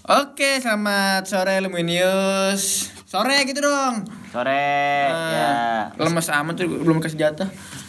Oke, selamat sore Luminius. Sore gitu dong. Sore ya. Lemes amat tuh belum kasih jatah.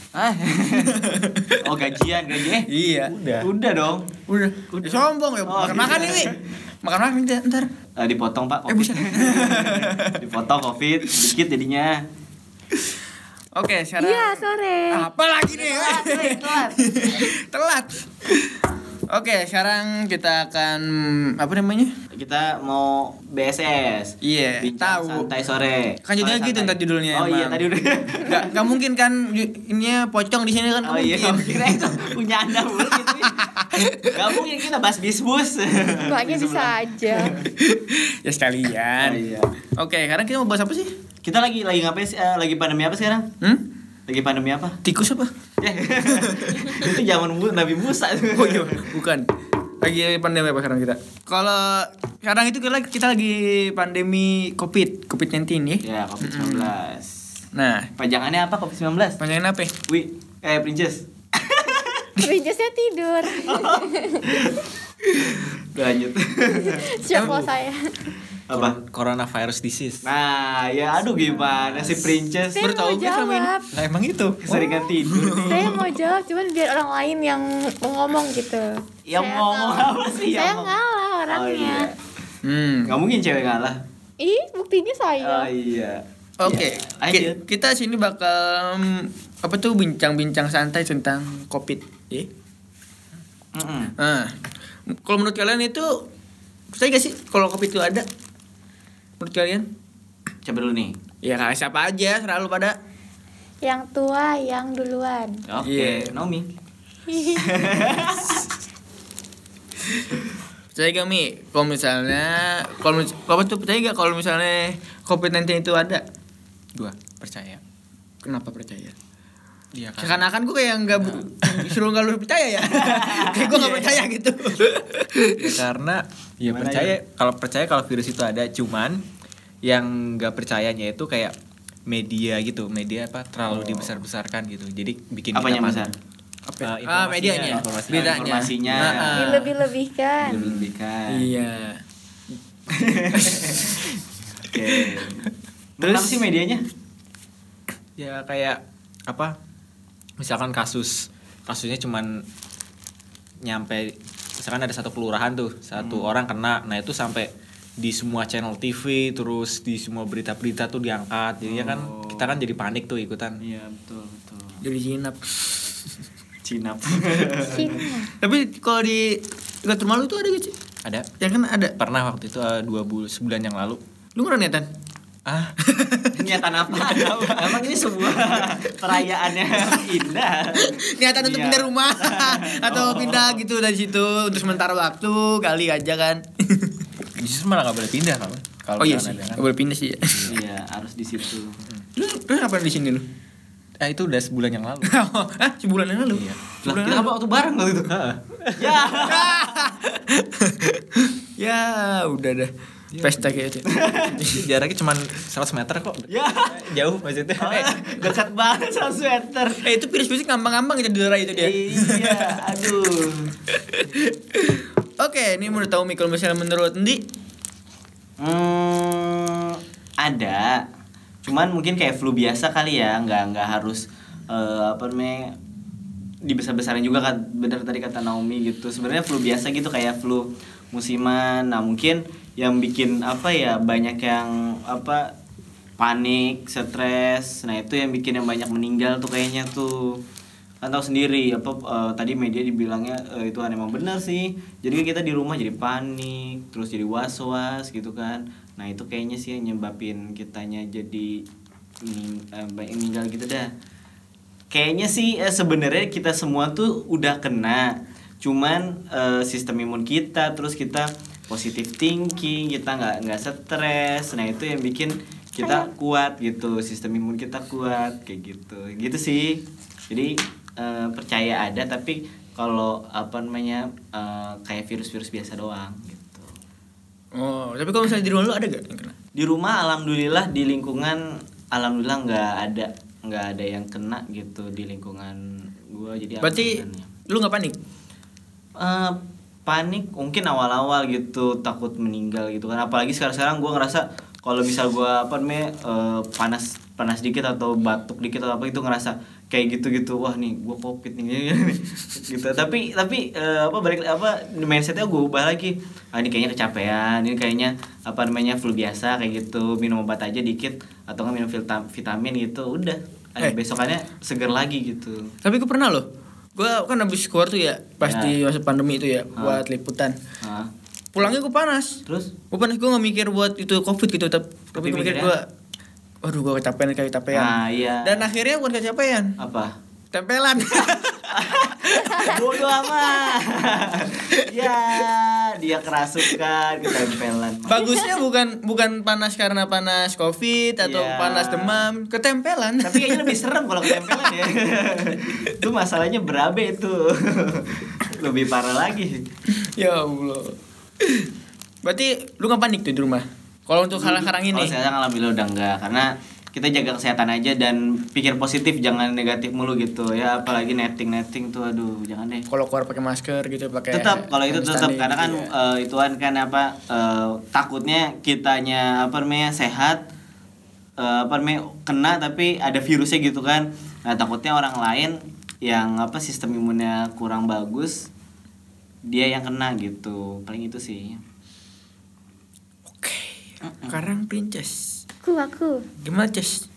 Oh gaji. Iya. Udah dong. Udah. Sombong ya. Oh, Makan iya. ini. Makan ntar. Dipotong Pak. Bisa. Dipotong COVID dikit jadinya. Oke, sekarang. Iya, sore. Apa lagi nih? Telat. Telat. Oke, sekarang kita akan apa namanya? Kita mau BSS. Iya, Bincang tahu. santai sore. Kan judulnya Sore gitu santai. ntar judulnya. Oh iya emang. tadi udah. Gak mungkin kan ininya pocong di sini kan. Oh iya, kira itu punya Anda mulu gitu. Gak mungkin kita bahas bisbus. Mbaknya bisa aja. Ya sekalian. Oh, iya. Oke, sekarang kita mau bahas apa sih? Kita lagi ngapain sih? Lagi pandemi apa sekarang? Lagi pandemi apa? Tikus apa? Itu zaman Nabi Musa. Oh iya, bukan. Lagi pandemi apa sekarang kita? Kalau sekarang itu kita lagi pandemi COVID-19 ya. Ya, COVID-19. Nah, Pajangannya apa COVID-19? panjangin apa? Princess. Princessnya tidur. Lanjut. Siap kok saya. Apa? Coronavirus disease. Nah, ya aduh gimana si Princess? Saya mau jawab. Nah emang itu. Keseringan tidur nih. Saya mau jawab, cuman biar orang lain yang ngomong gitu. Yang Saya ngomong ngalah. apa sih? Saya Yang ngomong? ngalah Oh orangnya. iya. Gak mungkin cewek ngalah. Ih, buktinya saya. Oh iya. Oke, Ya, lanjut. kita sini bakal apa tuh bincang-bincang santai tentang COVID, ya. Nah, kalau menurut kalian itu percaya gak sih kalau COVID itu ada? Menurut kalian? Coba dulu nih. Ya kayak siapa aja, selalu pada. Yang tua yang duluan. Oke, Iya. Naomi. Percaya gak Mi? Kalau misalnya, kamu tuh percaya gak kalau misalnya COVID-19 itu ada? Gua percaya. Kenapa percaya? Iya kan. Seakan-akan gue kayak nggak suruh nggak lu percaya ya. Kayak gue nggak percaya gitu. Ya, karena ya Gimana percaya kalau virus itu ada, cuman yang nggak percayanya itu kayak media gitu, media apa terlalu dibesar-besarkan gitu. Jadi bikin Apanya kita besar? informasinya, medianya, beritanya. Informasinya. Dilebih-lebihkan. Dilebih-lebihkan. Iya. Oke. Terus sih medianya? Ya kayak apa? Misalkan kasusnya cuman nyampe, misalkan ada satu kelurahan tuh, satu orang kena, nah itu sampai di semua channel TV, terus di semua berita-berita tuh diangkat, jadinya kan kita kan jadi panik tuh ikutan. Iya betul. Jadi jinap. Cinap. Cina. Tapi kalau di dekat rumah lu tuh ada gak sih? Ada. Ya kan ada. Pernah waktu itu 2 bulan yang lalu. Lu nggak niatan? Niatan apa? Emang ini sebuah perayaannya indah. Niatan untuk Iya. pindah rumah atau pindah gitu dari situ untuk sementara waktu kali aja kan. Justru malah nggak boleh pindah kan? Oh Kalau iya sih, misalkan ada kan. nggak boleh pindah sih ya. Iya, harus di situ. Lu ngapain di sini lu? Itu udah sebulan yang lalu. Hah? Sebulan yang lalu? Iya. Lah, kita apa waktu bareng waktu itu? Ya. Ya, udah dah. Pesta kayak gitu. Jaraknya cuma 100 meter kok. Ya. Jauh maksudnya. Dekat banget sama sweater. Itu virus-virus gampang-gampang itu didera itu dia. Iya, aduh. Oke, ini menurut tahu Mi, kalau misalnya menurut Ndi, Ada. Cuman mungkin kayak flu biasa kali ya, nggak harus apa namanya dibesar-besarin juga kan, bener tadi kata Naomi gitu. Sebenarnya flu biasa gitu kayak flu musiman. Nah, mungkin yang bikin apa ya banyak yang apa panik, stres. Nah, itu yang bikin yang banyak meninggal tuh kayaknya tuh. Kan tahu sendiri apa tadi media dibilangnya itu kan emang benar sih. Jadi kita di rumah jadi panik, terus jadi was-was gitu kan. Nah, itu kayaknya sih yang nyebabin kitanya jadi banyak meninggal gitu dah. Kayaknya sih sebenarnya kita semua tuh udah kena. Cuman sistem imun kita, terus kita positive thinking, kita nggak stres. Nah, itu yang bikin kita kuat gitu, sistem imun kita kuat kayak gitu sih. Jadi percaya ada, tapi kalau apa namanya kayak virus-virus biasa doang gitu. oh, tapi kalau misalnya di rumah lu ada gak yang kena? Di rumah alhamdulillah, di lingkungan alhamdulillah nggak ada yang kena gitu di lingkungan gua. Jadi Berarti aman ya. lu nggak panik? panik mungkin awal-awal gitu, takut meninggal gitu kan. Apalagi sekarang gue ngerasa kalau misal gue panas dikit atau batuk dikit atau apa itu ngerasa kayak gitu, wah nih gue covid nih gitu. Tapi mindsetnya gue ubah lagi, ini kayaknya kecapean, ini kayaknya flu biasa kayak gitu, minum obat aja dikit atau nggak minum vitamin gitu, udah besokannya seger lagi gitu. Tapi gue pernah loh, gue kan habis keluar tuh ya pas di masa pandemi itu ya buat liputan. Pulangnya gue panas. Terus? Gue panas, gue gak mikir buat itu covid gitu, tapi gue mikir gue, waduh gue kecapean. Nah, iya. Dan akhirnya bukan kecapean, Apa? tempelan. Bodoh amat. Ya, dia kerasukan, ketempelan. Bagusnya bukan panas karena panas covid atau panas demam, ketempelan. Tapi kayaknya lebih serem kalau ketempelan ya. Itu masalahnya berabe itu. Lebih parah lagi. Ya Allah. Berarti lu gak panik tuh di rumah? Kalau untuk sekarang ini? Kalau sekarang alhamdulillah udah enggak, karena kita jaga kesehatan aja dan pikir positif, jangan negatif mulu gitu ya. Apalagi netting tuh, aduh jangan deh. Kalau keluar pakai masker gitu, pakai tetap, kalau itu tetap karena kan gitu takutnya kitanya sehat, kena tapi ada virusnya gitu kan. Nah takutnya orang lain yang sistem imunnya kurang bagus, dia yang kena gitu, paling itu sih. Oke. Sekarang Princess. Aku. Gimana Ces?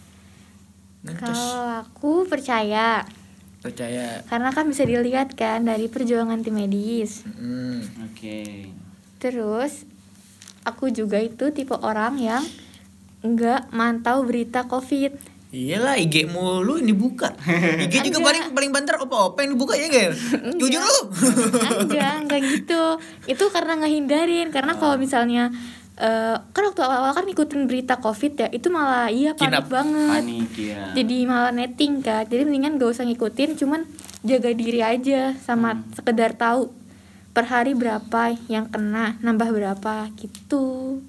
Kalau aku percaya karena kan bisa dilihat kan dari perjuangan tim medis. Oke. Terus aku juga itu tipe orang yang nggak mantau berita COVID. Iyalah, IG mulu ini buka. IG juga paling banter opa-opa yang dibuka ya enggak? Jujur lu. Enggak gitu. Itu karena ngehindarin, karena kalau misalnya kan waktu awal-awal kan ngikutin berita COVID ya, itu malah panik banget. Panik ya. Jadi malah netting kan. Jadi mendingan gak usah ngikutin, cuman jaga diri aja sama sekedar tahu per hari berapa yang kena, nambah berapa gitu.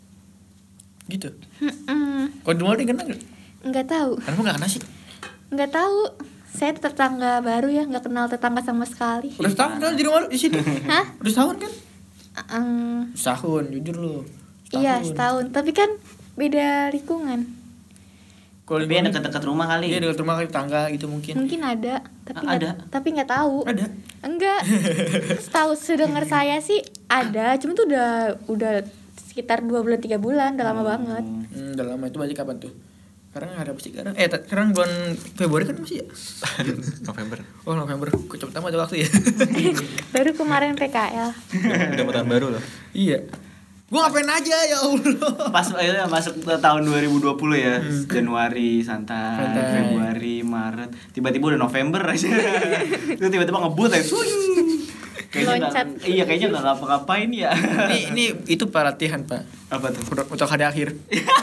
Gitu. Kalau di mall dia kena enggak? Enggak tahu. Kenapa enggak kena sih? Enggak tahu. Saya tetangga baru ya, enggak kenal tetangga sama sekali. Udah setahun kan di rumah di situ? Hah? Udah setahun kan? Setahun, jujur lu. Iya, setahun. Tapi kan beda lingkungan. Kalau Tapi dekat-dekat rumah kali. Iya, dekat rumah kali, tetangga gitu mungkin. Mungkin ada, Ada. tapi nggak tahu. Ada. Enggak. Setahu sedengar saya sih ada, cuma tuh udah sekitar 2 bulan 3 bulan, udah lama banget. Udah lama. Itu berarti kapan tuh? Sekarang ada apa sih sekarang? Sekarang bulan Februari kan masih ya? November. Oh, November. Kok cepet amat waktu ya? Baru kemarin PKL. Udah tahun baru loh. Iya. Gua ngapain aja ya Allah. Pas masuk ke tahun 2020 ya. Januari santai, Februari, Maret, tiba-tiba udah November aja. Itu tiba-tiba ngebut aja. Loncat. Kayaknya enggak ngapa-ngapain ya. Ini itu pelatihan, Pak. Apa tuh? Untuk hari akhir.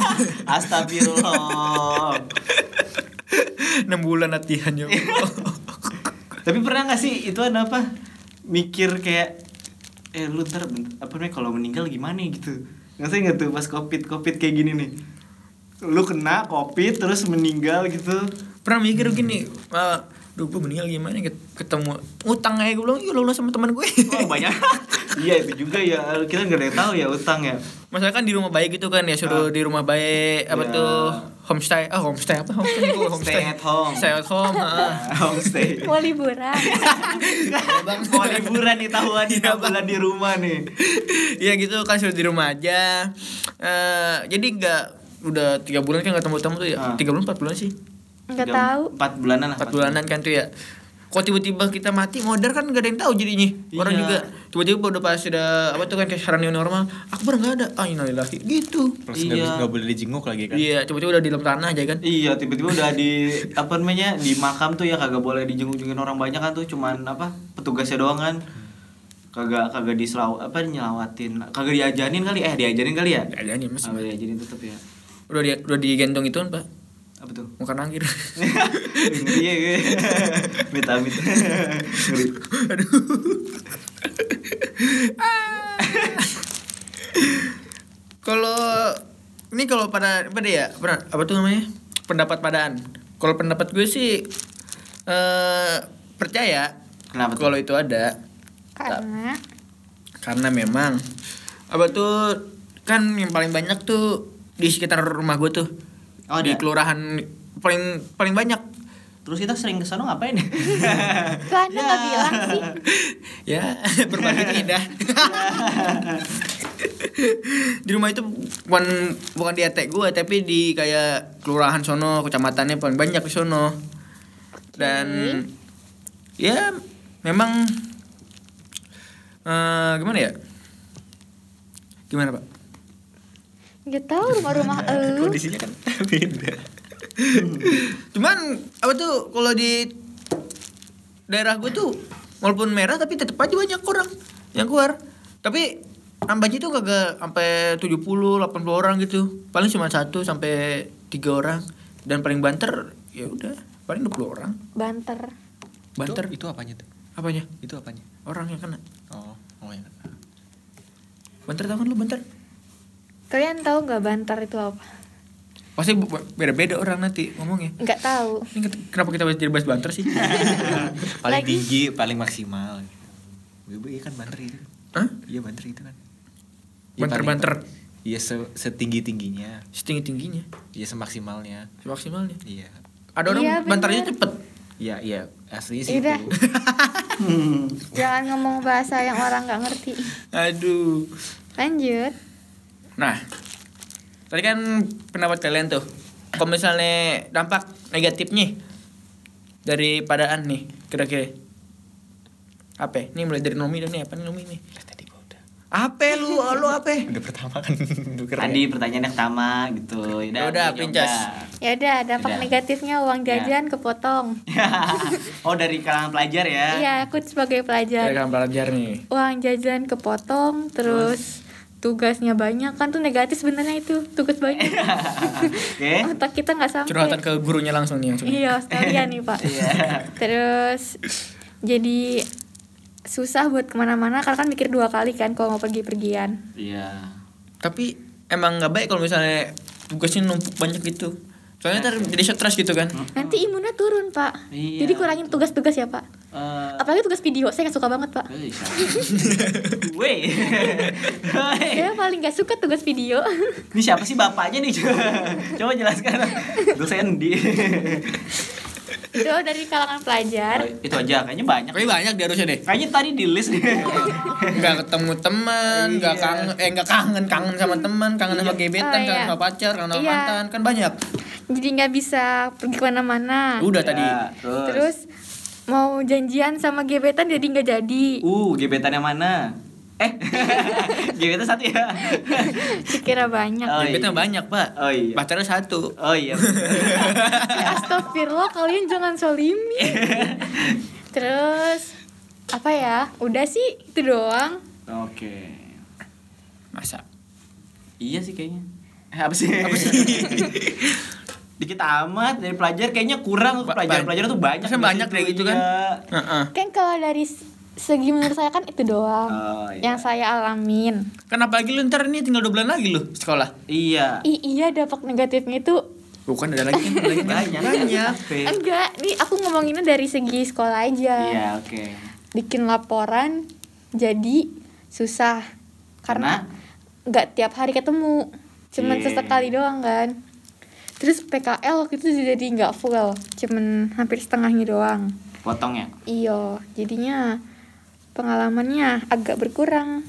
Astagfirullah. 6 bulan latihan ya. Tapi pernah enggak sih itu ada apa? Mikir kayak lu ntar kalau meninggal gimana gitu. Nggak tuh pas covid kayak gini nih, lu kena covid terus meninggal gitu. Pernah mikir gini, duh gue meninggal gimana, ketemu utang aja. Gue bilang iya lo sama teman gue. Oh banyak. Iya itu juga ya, kita nggak ada yang tahu ya utang ya. Masalah kan di rumah baik gitu kan ya, suruh di rumah baik tuh homestay. Homestay apa? Stay at home. Stay at home. Homestay. Mau liburan. Mau liburan nih, tahuan nih bulan di rumah nih. Iya gitu kan, suruh di rumah aja. Jadi nggak, udah 3 bulan kan nggak temu-temu tuh ya. 3 bulan 4 bulan sih. Enggak tahu. 4 bulanan lah. 4 bulanan kan tuh ya. Kok tiba-tiba kita mati modern kan gak ada yang tahu jadinya. Orang juga tiba-tiba udah pas sudah kan kayak new normal, akbar nggak ada. Innalillahi gitu. Terus nggak boleh dijenguk lagi kan? Iya, tiba-tiba udah di dalam tanah aja kan. Iya, tiba-tiba udah di di makam tuh ya, kagak boleh dijenguk-jenguk orang banyak kan tuh, cuman petugasnya doang kan. Kagak nyelawatin, kagak diajanin kali ya. Diajanin masih. Diajanin tetep ya. Udah digendong itu kan, Pak. Apa tuh? Bukan angkir. Ngeri ya gue. Amit-amit. Ngeri. Aduh. Kalau pada apa tuh namanya? Pendapat padaan. Kalau pendapat gue sih percaya. Kenapa tuh? Kalau itu ada. Karena Karena memang apa tuh kan yang paling banyak tuh di sekitar rumah gue tuh. Oh, di ada. kelurahan paling banyak. Terus kita sering kesana ngapain ya? Kok Anda nggak bilang sih? Ya, berbagi itu indah. Di rumah itu bukan di RT gue tapi di kayak kelurahan sono, kecamatannya paling banyak di sono. Dan ya memang gimana ya? Gimana, Pak? Nggak tahu rumah-rumah elu. Kondisinya kan beda. Cuman apa tuh kalau di daerah gue tuh walaupun merah tapi tetap aja banyak orang yang keluar. Tapi nambahnya tuh kagak sampai 70 80 orang gitu. Paling cuma 1 sampai 3 orang dan paling banter ya udah paling 20 orang. Banter. Banter Itu apanya tuh? apanya? Itu apanya? Orang yang kena. Oh ya. Banter tahu kan lu banter? Kalian tahu nggak banter itu apa? Pasti beda-beda orang nanti ngomongnya. Nggak tahu. Ini kenapa kita jadi bahas banter sih? Paling Lagi. tinggi, paling maksimal. Iya kan banter itu. Hah? Iya banter itu kan. Banter-banter Iya setinggi-tingginya. setinggi-tingginya, Iya semaksimalnya. semaksimalnya. Iya. Ada orang Iya, bantarnya bener. cepet. Iya aslinya sih Udah. itu. Jangan ngomong bahasa yang orang nggak ngerti. Aduh. Lanjut. Nah, tadi kan pendapat kalian tuh. Kalau misalnya dampak negatifnya dari padaan nih, kira-kira apa? Ini mulai dari Nomi dan nih apa nih Nomi nih? Tadi gua udah. Apa lu apa? Udah pertama kan. Tadi pertanyaannya pertama gitu. Udah, Princess. Ya udah, dampak Udah. negatifnya uang jajan kepotong. Oh, dari kalangan pelajar ya? Iya, aku sebagai Dari pelajar. kalian belajar nih. Uang jajan kepotong, terus tugasnya banyak kan tuh negatif sebenarnya itu tugas banyak. Oke. Otak kita nggak sampai. Curhatan ke gurunya langsung nih langsung. Iya, sekalian nih Pak. Iya. Terus jadi susah buat kemana-mana karena kan mikir 2 kali kan kalau mau pergi-pergian. Iya. Tapi emang nggak baik kalau misalnya tugasnya numpuk banyak gitu. Soalnya ntar jadi stres gitu kan. Nanti imunnya turun Pak. Iya. Jadi kurangin tugas-tugas ya Pak. Apalagi tugas video, saya nggak suka banget Pak. Weh. Saya paling nggak suka tugas video. Ini siapa sih bapaknya nih? Coba jelaskan. Dosen di. Itu dari kalangan pelajar. Itu aja kayaknya banyak. Tapi banyak dia harusnya deh. Kayaknya tadi di list nih. Nggak ketemu teman, nggak Iya. kangen sama teman, kangen sama gebetan, Oh, iya. kangen sama pacar, kangen sama Iya. mantan, kan banyak. Jadi nggak bisa pergi kemana-mana. Udah tadi. Ya, Terus mau janjian sama gebetan jadi nggak jadi. Gebetan yang mana? Gebetan satu ya. Dikira banyak. Oh, Gebetan iya. banyak, Pak. Oh iya. Pacarnya 1. Oh iya. Ya, astagfirullah, kalian jangan solimi. Terus apa ya? Udah sih itu doang. Oke. Masa? Iya sih kayaknya. Apa sih? Dikit amat dari pelajar kayaknya kurang. Pelajar-pelajar tuh banyak. Kan banyak kayak gitu kan. Iya. Heeh. Kan kalau dari segi menurut saya kan itu doang Oh, iya. yang saya alamin. Kan apalagi lu ntar ini tinggal 2 bulan lagi lu sekolah. Iya. Iya, dampak negatifnya itu Bukan ada lagi kan, Banyak. enggak. Nih aku ngomonginnya dari segi sekolah aja. Iya, oke. Bikin laporan jadi susah karena nggak tiap hari ketemu, cuman Iya. sesekali doang kan. Terus PKL waktu itu jadi nggak full, cuman hampir setengahnya doang. Potong ya? Iya, jadinya pengalamannya agak berkurang.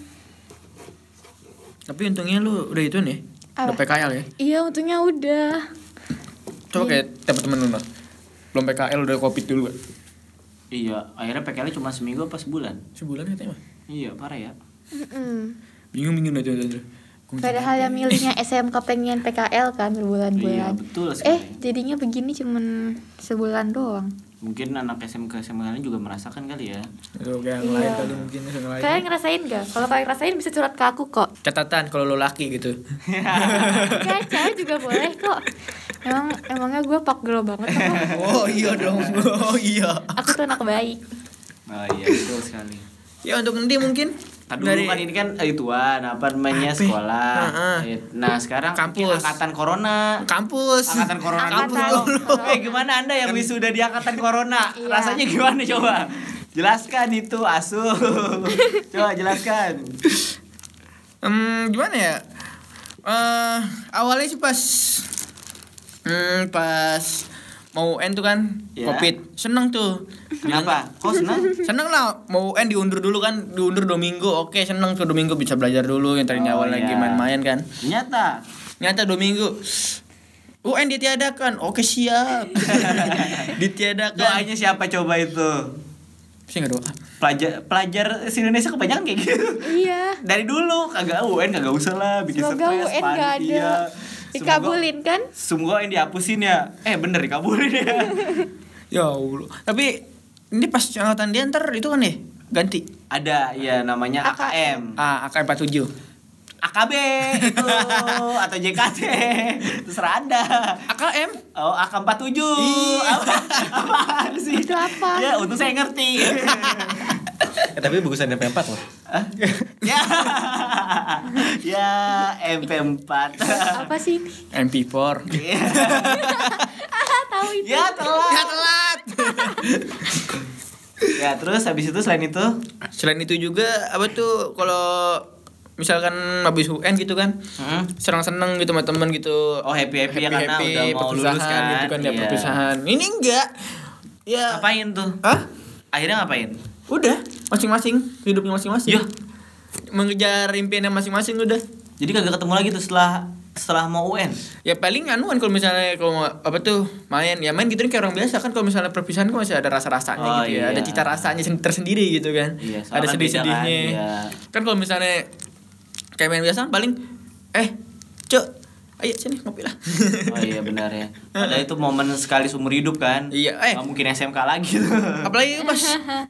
Tapi untungnya lu udah itu nih. Udah Apa? PKL ya. Iya, untungnya udah. Coba kayak temen-temen lu noh. Belum PKL udah Covid dulu kan. Iya, akhirnya PKL cuma seminggu apa sebulan? Sebulan katanya mah. Iya, parah ya. Mm-mm. Bingung dah tuh. Padahal yang milihnya SMK pengen PKL kan Iya, berbulan-bulan. betul sekali. Jadinya begini cuman sebulan doang. Mungkin anak SMK lain juga merasakan kali ya. Itu kayak yang Iya. lain kali mungkin yang lain. Kalian ngerasain gak? Kalau kalian ngerasain bisa curhat ke aku kok. Catatan kalau lo laki gitu. Kayak cewek juga boleh kok. Emangnya gue pak girl banget apa? Oh iya dong. Oh iya. Aku tuh anak baik. Oh iya, betul sekali. Ya untuk Endi mungkin Tadi dulu kan ini kan ituan apa namanya Apa? sekolah. Heeh. Nah, sekarang mungkin Kampus. angkatan corona. kampus. Angkatan corona Angkatan dulu. corona. Gimana Anda yang wisuda di angkatan corona? Iya. Rasanya gimana coba? Jelaskan itu Asu. Coba jelaskan. Gimana ya? Awalnya sih pas mau UN tuh kan, Ya. Covid. Seneng tuh. Kenapa? Kok senang? Seneng lah, mau UN diundur dulu kan, diundur 2 minggu. Oke, seneng tuh 2 minggu bisa belajar dulu, yang tadinya Oh, awal lagi iya. main-main kan. Nyata 2 minggu. UN ditiadakan. Oke, siap. Ditiadakan. doanya siapa coba itu? Sih enggak doa. Pelajar Indonesia kebanyakan kayak gitu. Iya. Dari dulu kagak UN kagak usah lah bikin Semoga stres, UN nggak ada. panitia. Dikabulin kan? Semoga yang dihapusin ya. Bener dikabulin ya. Ya Allah. Tapi ini pas angkatan dia ntar itu kan ya ganti. Ada ya namanya AKM. AK47. AKB itu atau JKT terserah Anda. AKM. Oh, AK47. Iya. Apaan sih? Itu apa? Ya, untung saya ngerti. Tapi bagusan MP4 loh. Hah? Ya. Ya, MP4. Apa sih? MP4. Iya. Tahu itu. Ya, telat. Ya telat. Ya, terus habis itu selain itu, Selain itu juga apa tuh kalau misalkan habis UN gitu kan, senang-senang gitu sama teman gitu. Oh, happy-happy ya karena udah mau lulus kan. gitu kan ya, Iya. perpisahan. Ini enggak. Ya. Ngapain tuh? Hah? Akhirnya ngapain? Udah, masing-masing, hidupnya masing-masing. Yah. Mengejar impiannya masing-masing udah. Jadi kagak ketemu lagi tuh setelah mau UN. Ya paling anuan kalau misalnya kalau mau apa tuh main gitu kayak orang biasa kan. Kalau misalnya perpisahan kan masih ada rasa-rasanya Oh, gitu ya. iya. Ada cita rasanya tersendiri gitu kan. Iya, Ada soalnya sedih-sedihnya. beda kan, iya. Kan kalau misalnya kayak main biasa kan paling Cok, ayo sini ngopi lah. Oh iya benar ya. Padahal itu momen sekali seumur hidup kan. Iya, Nggak mungkin SMK lagi tuh. apalagi pas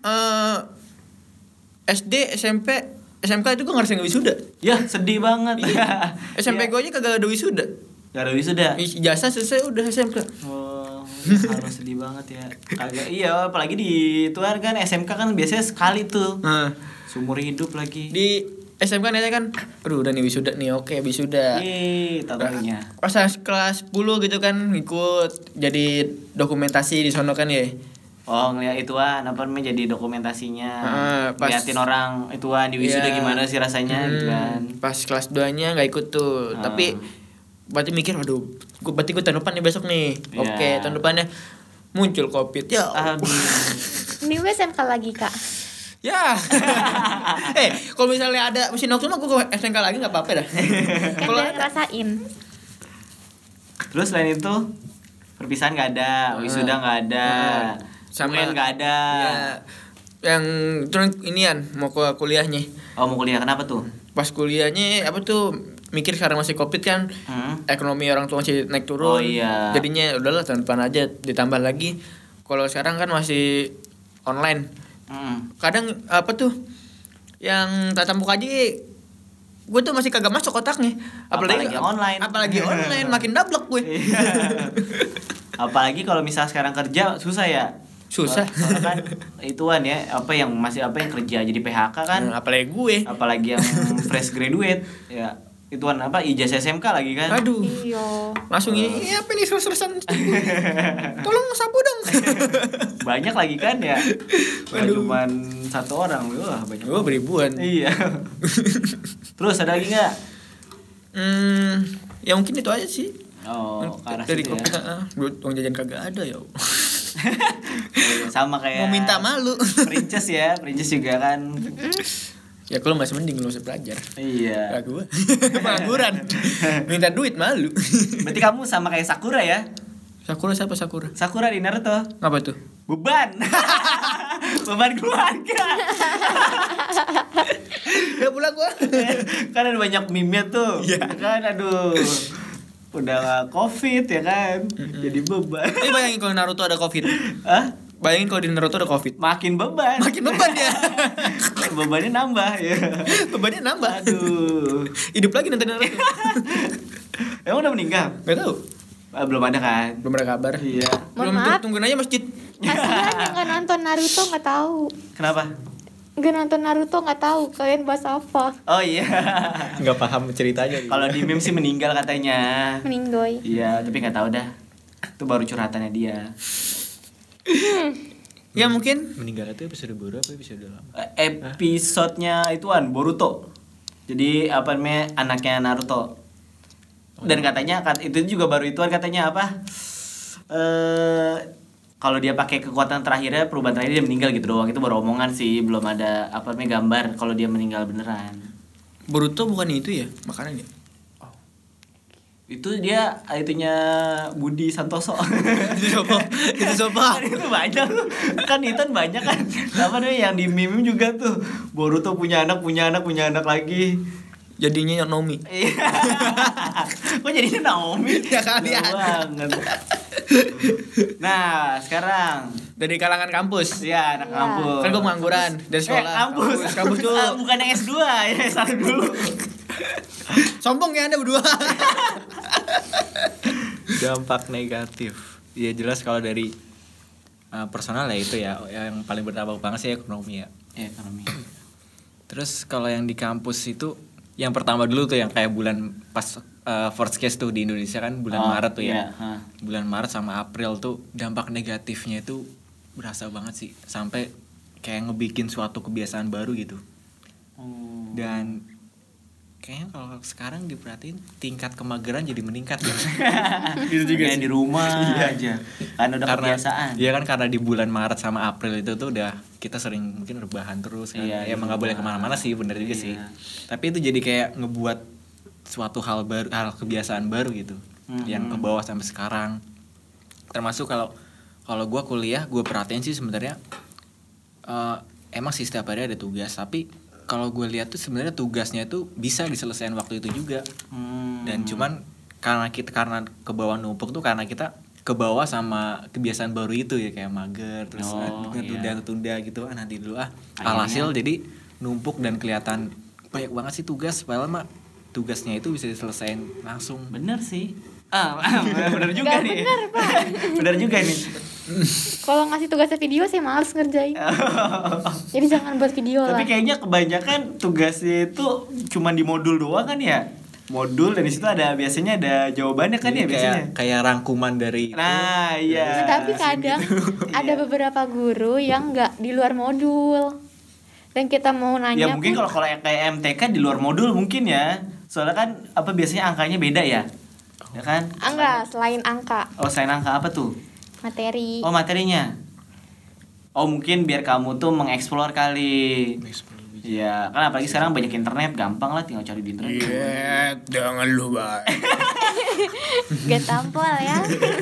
SD, SMP, SMK itu gue ngerasain gak wisuda. Ya sedih banget. SMP Ya. gue aja kagak ada wisuda. Gak ada wisuda. Ijazah selesai udah SMK. Oh, harus sedih banget ya. Kagak iya, apalagi di Tuhan kan SMK kan biasanya sekali tuh. Nah, Seumur hidup lagi. di SMK nih kan, aduh udah nih wisuda nih, oke wisuda. Tahunya. Pas kelas 10 gitu kan ikut jadi dokumentasi di sono kan ya. Oh ngeliat ituan apa namanya jadi dokumentasinya. Pas- Liatin orang ituan di wisuda Iya. gimana sih rasanya gitu kan. Pas kelas 2-nya nggak ikut tuh, tapi berarti mikir, aduh, berarti gue tahun depan nih besok nih. Iya. Oke, tahun depannya muncul Covid. Ya, Aduh. Ini gue SMK lagi, Kak. ya. Kalau misalnya ada mesin waktu mah gue SMK lagi nggak apa-apa dah. Kan Kalau biar ada, ngerasain. Terus selain itu perpisahan nggak ada, wisuda nggak ada, UN nggak ada. ya, yang terus inian mau ke kuliahnya. Oh mau kuliah kenapa tuh? Pas kuliahnya apa tuh mikir sekarang masih Covid kan, ekonomi orang tua masih naik turun. Oh, iya. Jadinya udahlah tahun depan aja ditambah lagi. Kalau sekarang kan masih online. Kadang apa tuh yang tatap muka aja gue tuh masih kagak masuk otaknya. Apalagi online. Apalagi online makin dablek gue. Apalagi kalau misal sekarang kerja susah ya. Susah. Soalnya kan ituan ya yang kerja jadi PHK kan. Apalagi gue. Apalagi yang fresh graduate ya ituan ijazah SMK lagi kan. Aduh. Iya. Langsung ini apa nih sersan. Tolong sapu dong. Banyak lagi kan ya. Nggak Aduh. cuman satu orang. Wah banyak. Gue beribuan. Iya. Terus ada lagi nggak? Ya mungkin itu aja sih. Oh, ke arah Dari situ Covid, ya. uang jajan kagak ada ya. Sama kayak Mau minta malu. Princes ya, Princes juga kan. Ya kalau masih mending lu usah belajar. Iya. Gak gue. Pengangguran. Minta duit malu. Berarti kamu sama kayak Sakura ya? Sakura siapa Sakura? Sakura di Naruto. Ngapa tuh? Beban. Beban keluarga. Ya pula gua. Kan ada banyak meme-nya tuh. Iya. Kan aduh. Udah Covid ya kan. Jadi beban. Tapi bayangin kalau Naruto ada Covid. Hah? Bayangin kalau di Naruto ada Covid. Makin beban. Makin beban ya. Bebannya nambah ya. Bebannya nambah. Aduh. Hidup lagi nanti Naruto. Emang udah meninggal? Gak tahu. Belum ada kan? Belum ada kabar. Iya. Belum Mohon maaf. tungguin aja masjid. Kasihan yang nggak nonton Naruto nggak tahu. Kenapa? Nggak nonton Naruto nggak tahu kalian bahas apa. Oh iya. Nggak paham ceritanya. Kalau di meme sih meninggal katanya. Meninggoy. Iya, tapi nggak tahu dah. Itu baru curhatannya dia. Ya mungkin Meninggal itu episode baru apa episode lama? Episodenya ituan Boruto. Jadi apa namanya anaknya Naruto. Dan katanya itu juga baru ituan katanya apa? Kalau dia pakai kekuatan terakhirnya perubahan terakhir dia meninggal gitu doang. Itu baru omongan sih, belum ada apa namanya gambar kalau dia meninggal beneran. Boruto bukan itu ya makanan ya? Itu dia itunya Budi Santoso. Itu siapa? Kan itu banyak tuh. Kan itu banyak kan. Apa namanya yang di meme juga tuh. Boruto punya anak lagi. Jadinya Nomi. Iya. Kok jadinya Naomi? Ya kali Jauh banget. Nah, sekarang Dari kalangan kampus. ya anak kampus. Kan gue pengangguran dari sekolah. Kampus dulu. Bukan yang S2 ya, S1 dulu. Sombong ya Anda berdua. Dampak negatif. Ya jelas kalau dari personal ya itu ya yang paling berdampak banget sih ekonomi ya. Ekonomi. Terus kalau yang di kampus itu yang pertama dulu tuh yang kayak bulan pas first case tuh di Indonesia kan bulan Maret tuh ya. Iya, Bulan Maret sama April tuh dampak negatifnya itu berasa banget sih sampai kayak ngebikin suatu kebiasaan baru gitu. Dan kayaknya kalau sekarang diperhatiin tingkat kemageran jadi meningkat ya. Gitu juga di rumah aja. Kan udah kebiasaan. Iya kan karena di bulan Maret sama April itu tuh udah kita sering mungkin rebahan terus kan. Iya, Ya emang nggak boleh kemana-mana sih bener juga sih. Tapi itu jadi kayak ngebuat suatu hal baru, hal kebiasaan baru gitu. Yang ke bawah sampai sekarang. Termasuk kalau gue kuliah gue perhatiin sih sebenarnya emang sih setiap hari ada tugas tapi kalau gue lihat tuh sebenarnya tugasnya itu bisa diselesaikan waktu itu juga. Dan cuman karena ke bawah numpuk tuh karena kita ke bawah sama kebiasaan baru itu ya kayak mager terus tunda gitu nanti dulu alhasil jadi numpuk dan kelihatan banyak banget sih tugas padahal mah tugasnya itu bisa diselesaikan langsung. Bener sih. Bener juga Gak nih. bener, Pak. Bener juga nih. Kalau ngasih tugasnya video saya males ngerjain. Jadi jangan buat video lah. Tapi kayaknya kebanyakan tugasnya itu cuma di modul doang kan ya? Modul dan di situ biasanya ada jawabannya kan Jadi ya biasanya. kayak rangkuman dari Nah, iya. Tapi kadang ada beberapa guru yang nggak di luar modul. Dan kita mau nanya Ya mungkin pun, kalau kayak MTK di luar modul mungkin ya. Soalnya kan biasanya angkanya beda ya. Ya kan? enggak, selain angka, Oh, selain angka apa tuh? materi. Oh, materinya. Oh, mungkin biar kamu tuh mengeksplor kali. Iya, kan apalagi sekarang banyak internet, gampang lah tinggal cari di internet. Iya, jangan lu baik. Gak tampol ya.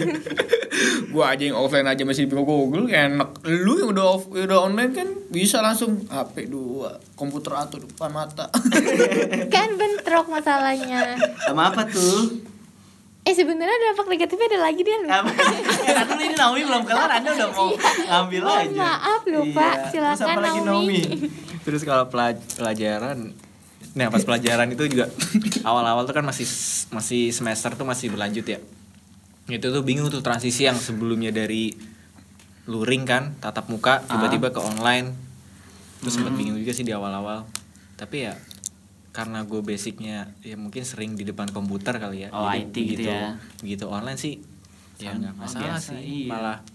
Gua aja yang offline aja masih buka Google enak. Lu yang udah online kan bisa langsung HP 2, komputer atau depan mata. Kan bentrok masalahnya. Sama apa tuh? Sebenarnya dampak negatifnya ada lagi dia. Karena ini Naomi belum kelar, Anda udah mau ngambil Mohon aja. maaf lupa, Iya. silakan Terus apa lagi, Naomi. Terus kalau pelajaran, nah pas pelajaran itu juga awal-awal tuh kan masih semester tuh masih berlanjut ya. Itu tuh bingung tuh transisi yang sebelumnya dari luring kan tatap muka tiba-tiba ke online. Terus sempat bingung juga sih di awal-awal. Tapi ya karena gue basicnya ya mungkin sering di depan komputer kali ya. Oh, Jadi IT gitu ya. Begitu online sih ya nggak masalah biasa, sih. iya. Malah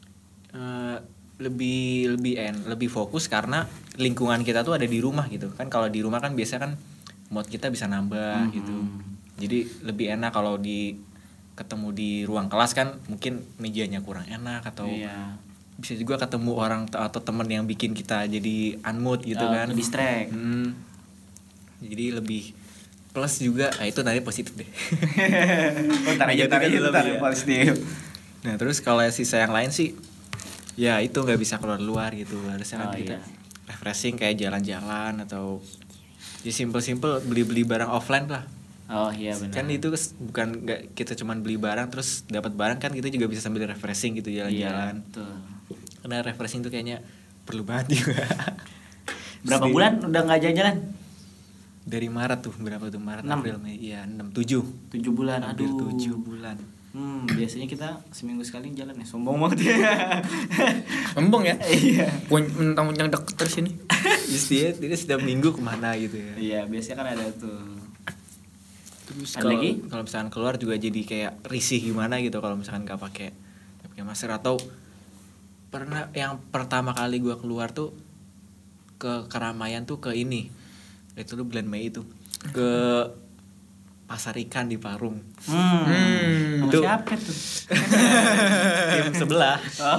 lebih fokus karena lingkungan kita tuh ada di rumah gitu kan. Kalau di rumah kan biasa kan mood kita bisa nambah gitu. Jadi lebih enak kalau ketemu di ruang kelas kan mungkin mejanya kurang enak atau bisa juga ketemu orang atau temen yang bikin kita jadi unmood gitu kan. Distract. Jadi lebih plus juga, itu tadi positif deh. Ntar positif. Nah terus kalau sisa yang lain sih, ya itu nggak bisa keluar gitu. Harusnya kan kita refreshing kayak jalan-jalan atau ya simple beli barang offline lah. Oh iya benar. Kan itu bukan nggak kita cuman beli barang terus dapat barang kan kita juga bisa sambil refreshing gitu jalan-jalan. Iya, Karena refreshing tuh kayaknya perlu banget juga. Berapa bulan udah nggak jalan-jalan? Dari Maret tuh berapa tuh Maret 6. April Mei iya 7 bulan. hampir Aduh 7 bulan. Biasanya kita seminggu sekali jalan ya. Sombong banget ya. Sombong ya? Iya. Mentang-mentang deket terus ini. Jadi dia setiap minggu kemana gitu ya. Iya, biasanya kan ada tuh. Terus Ada lagi? kalau misalkan keluar juga jadi kayak risih gimana gitu kalau misalkan nggak pakai masker atau Pernah yang pertama kali gue keluar tuh ke keramaian tuh ke ini. Itu tuh bulan Mei itu. Ke pasar ikan di Parung. Sama Itu- siapa tuh? Tim sebelah.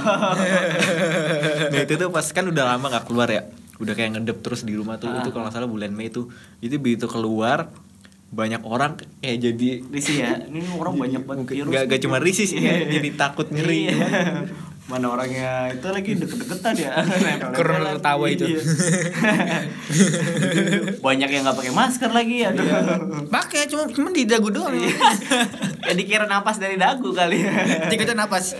Nah itu tuh pas kan udah lama gak keluar ya. Udah kayak ngedep terus di rumah tuh. Itu kalau gak salah bulan Mei tuh. Itu begitu keluar banyak orang kayak jadi Risih ya. Ini orang banyak banget virus. gak cuma risih sih ya, jadi takut ngeri. Iya. Mana orangnya itu lagi deket-deketan ya. Karena tertawa itu. Iya. Banyak yang nggak pakai masker lagi ya. Pakai cuma di dagu doang. Ya dikira napas dari dagu kali ya. Tiga napas.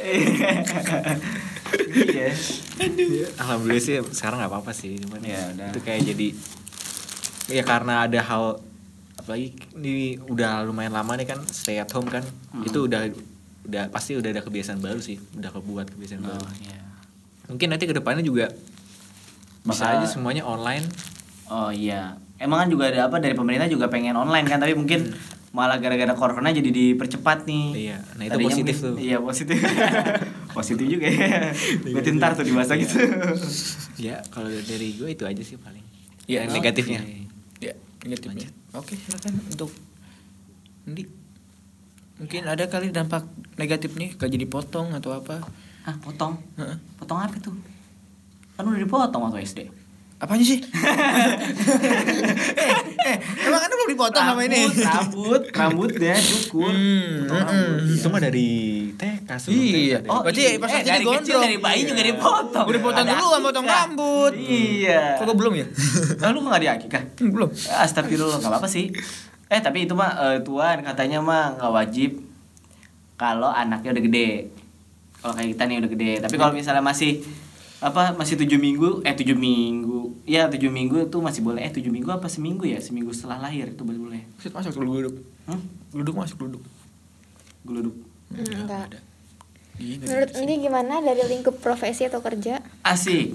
Iya. Alhamdulillah sih sekarang nggak apa-apa sih, cuman Ya, udah. itu kayak jadi ya karena ada hal apalagi ini udah lumayan lama nih kan stay at home kan, itu udah pasti udah ada kebiasaan baru sih, udah kebuat kebiasaan baru. Iya. Mungkin nanti kedepannya juga bisa Bakal- aja semuanya online. Oh iya. Emang kan juga ada apa dari pemerintah juga pengen online kan, tapi mungkin malah gara-gara corona jadi dipercepat nih. Iya, nah itu Tadinya positif mungkin- tuh. Iya positif. Positif juga ya. Berarti ntar tuh dibahas gitu. Ya kalau dari gue itu aja sih paling. Iya, Yang negatifnya. Ya, negatifnya. Oke, silakan untuk Andi. Mungkin ada kali dampak negatifnya, kayak jadi potong atau apa? Hah, potong? Heeh. Potong apa tuh? Kan udah dipotong waktu SD. Apanya sih? Emang Anda belum dipotong sama ini? Rambutnya cukur. Itu mah dari TK sebelum Iya. TK. Oh, Berarti iya. pas SD dari digondrong. kecil dari bayi juga dipotong. Udah potong Ada dulu sama akikah. potong rambut. Iya. Kok gua belum ya? Nah, lu kok nggak diakikah? Belum. Astagfirullah, nggak apa-apa sih. Tapi itu mah Tuhan katanya mah nggak wajib kalau anaknya udah gede. Kalau kayak kita nih udah gede. Tapi kalau misalnya masih 7 minggu, 7 minggu. Ya 7 minggu itu masih boleh. 7 minggu apa seminggu ya? Seminggu setelah lahir itu baru boleh. Masuk geluduk. Geluduk masuk geluduk. Geluduk. Enggak. Iya, Menurut ini gimana dari lingkup profesi atau kerja? Asik.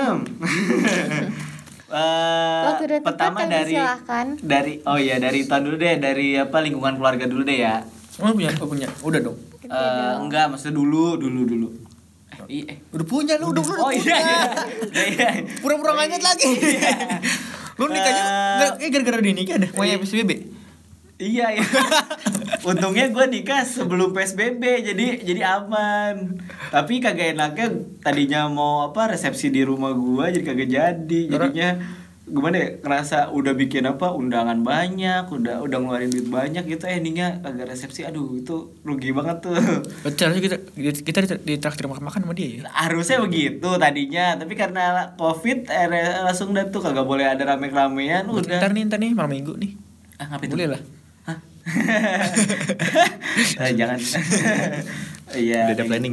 Waktu dan tempat Pertama kami dari silakan. dari tahun dulu deh, dari lingkungan keluarga dulu deh ya. Oh punya. Udah dong. Enggak, maksudnya dulu. Udah punya lu, udah Oh iya. Pura-pura nggak inget lagi. Lu nikahnya gara-gara dia nikah dah. Mau PSBB. Iya. Untungnya gue nikah sebelum PSBB, jadi aman. Tapi kagak enaknya tadinya mau resepsi di rumah gue jadi kagak jadi. Jadinya gimana ya, ngerasa udah bikin undangan banyak, udah ngeluarin duit banyak gitu, endingnya kagak resepsi. Aduh, itu rugi banget tuh. Betul, kita ditraktir makan sama dia ya. Harusnya begitu tadinya, tapi karena Covid langsung dah tuh kagak boleh ada rame-ramean udah. Ntar nih malam minggu nih. Ngapain Boleh tuh? lah. Hah? Jangan. Iya. Udah ada planning.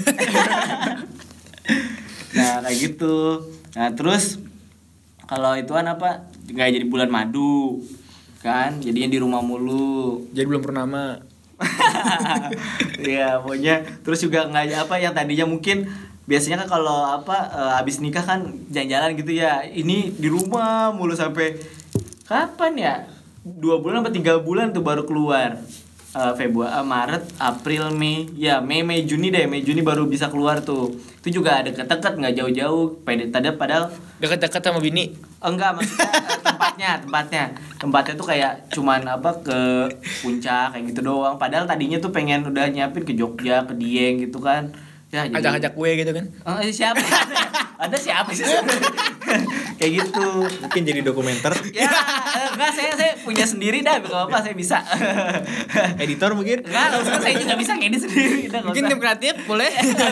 Nah kayak gitu. Nah terus kalau ituan nggak jadi bulan madu kan, jadinya di rumah mulu. Jadi belum purnama. Iya pokoknya terus juga nggak yang tadinya mungkin biasanya kan kalau abis nikah kan jalan-jalan gitu ya, ini di rumah mulu sampai kapan ya, 2 bulan atau 3 bulan tuh baru keluar. Februari, Maret, April, Mei, Mei Juni baru bisa keluar tuh. Itu juga deket-deket, nggak jauh-jauh. Padahal Dekat-dekat sama bini. enggak, maksudnya tempatnya tuh kayak cuman ke puncak kayak gitu doang. Padahal tadinya tuh pengen udah nyiapin ke Jogja, ke Dieng gitu kan. Ya, jadi Ajak-ajak gue gitu kan. siapa? Ada siapa sih? Kayak gitu. Mungkin jadi dokumenter. Ya, enggak, saya punya sendiri dah, kalau apa saya bisa. Editor mungkin. Enggak usah, saya juga bisa ngedit sendiri. Udah, nggak Mungkin usah. tim kreatif boleh.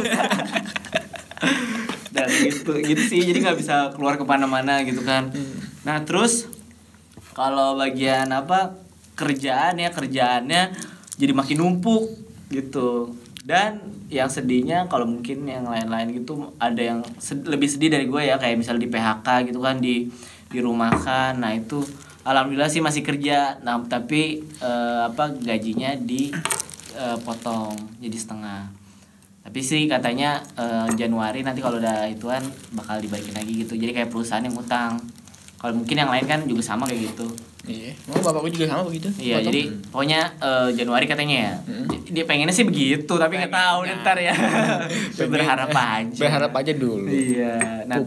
Dan gitu sih, jadi nggak bisa keluar kemana-mana gitu kan. Nah terus kalau bagian kerjaannya jadi makin numpuk gitu. Dan yang sedihnya kalau mungkin yang lain-lain gitu ada yang lebih sedih dari gue ya, kayak misalnya di PHK gitu kan, dirumahkan. Nah itu alhamdulillah sih masih kerja, nah tapi gajinya dipotong jadi setengah. Tapi sih katanya Januari nanti kalau udah ituan bakal dibalikin lagi gitu. Jadi kayak perusahaan yang utang. Kalau mungkin yang lain kan juga sama kayak gitu. Iya, bapakku juga sama begitu. Iya, jadi pokoknya Januari katanya ya. Dia pengennya sih begitu, tapi nggak tahu ntar ya. Berharap aja. Berharap aja dulu. Iya. Nah,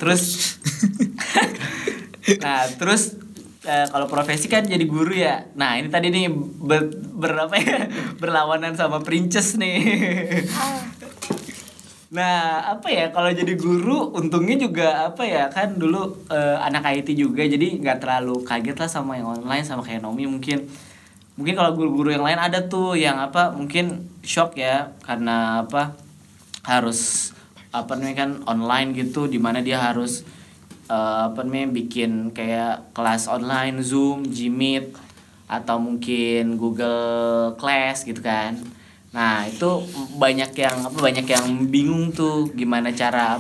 terus kalau profesi kan jadi guru ya. Nah, ini tadi nih berlawanan sama Princess nih. Nah, apa ya, kalau jadi guru untungnya juga apa ya, kan dulu anak IT juga, jadi nggak terlalu kaget lah sama yang online, sama kayak Nomi mungkin kalau guru-guru yang lain ada tuh yang apa mungkin shock ya, karena apa harus apa namanya kan online gitu, dimana dia harus apa namanya bikin kayak kelas online, Zoom, Gmeet, atau mungkin Google Class gitu kan. Nah, itu banyak yang bingung tuh gimana cara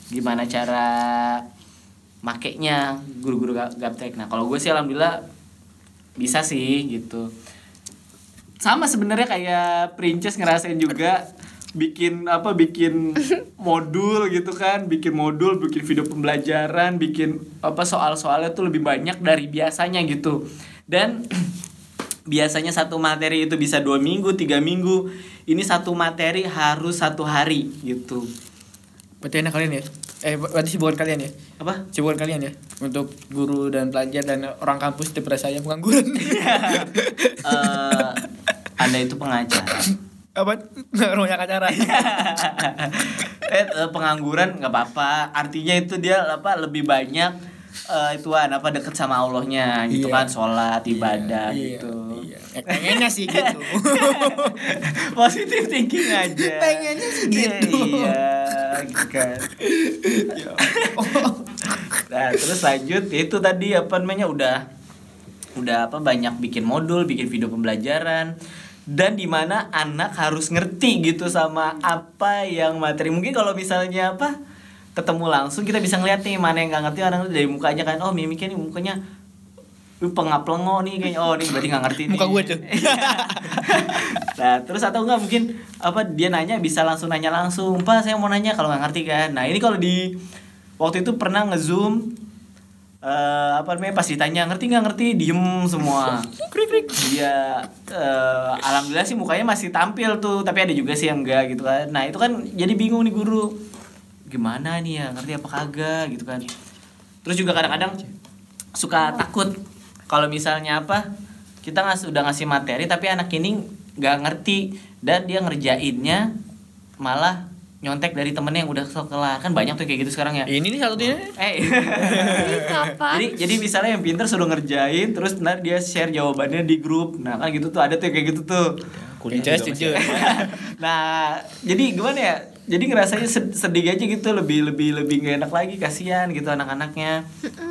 makainya guru-guru gaptek. Nah, kalau gue sih alhamdulillah bisa sih gitu. Sama sebenarnya kayak Princess ngerasain juga bikin modul gitu kan, bikin video pembelajaran, bikin soal-soalnya tuh lebih banyak dari biasanya gitu. Dan biasanya satu materi itu bisa 2 minggu, 3 minggu. Ini satu materi harus 1 hari gitu. Berarti enak kalian ya? Berarti sibukan kalian ya? Apa? Sibukan kalian ya? Untuk guru dan pelajar dan orang kampus daripada saya pengangguran. Anda itu pengacara. Apa? Banyak acara. Pengangguran nggak apa-apa. Artinya itu dia lebih banyak deket sama Allahnya gitu kan, sholat, ibadah gitu. Iya. Pengennya sih gitu. Positive thinking aja. Pengennya sih gitu. Iya, gitu kan. Nah, terus lanjut itu tadi udah banyak bikin modul, bikin video pembelajaran, dan dimana anak harus ngerti gitu sama apa yang materi. Mungkin kalau misalnya ketemu langsung kita bisa ngeliat nih mana yang nggak ngerti orang dari mukanya kan, oh mimiknya nih mukanya pengap-lengo nih kayaknya, oh ini berarti nggak ngerti nih. Muka gue tuh. Nah, terus atau enggak mungkin dia nanya bisa nanya langsung, Pak saya mau nanya, kalau nggak ngerti kan. Nah, ini kalau di waktu itu pernah nge-zoom pas ditanya ngerti nggak ngerti, diem semua. Dia alhamdulillah sih mukanya masih tampil tuh, tapi ada juga sih yang enggak gitu kan. Nah, itu kan jadi bingung nih guru, gimana nih ya, ngerti apa kagak gitu kan. Terus juga kadang-kadang suka takut kalau misalnya kita udah ngasih materi tapi anak ini nggak ngerti dan dia ngerjainnya malah nyontek dari temennya yang udah kelar. Kan banyak tuh kayak gitu sekarang ya. Ini nih satunya. Jadi misalnya yang pinter suruh ngerjain, terus ntar dia share jawabannya di grup. Nah, kan gitu tuh, ada tuh kayak gitu tuh. Kuliah setuju. Nah, jadi gimana ya? Jadi ngerasanya sedih aja gitu, lebih gak enak lagi, kasihan gitu anak-anaknya.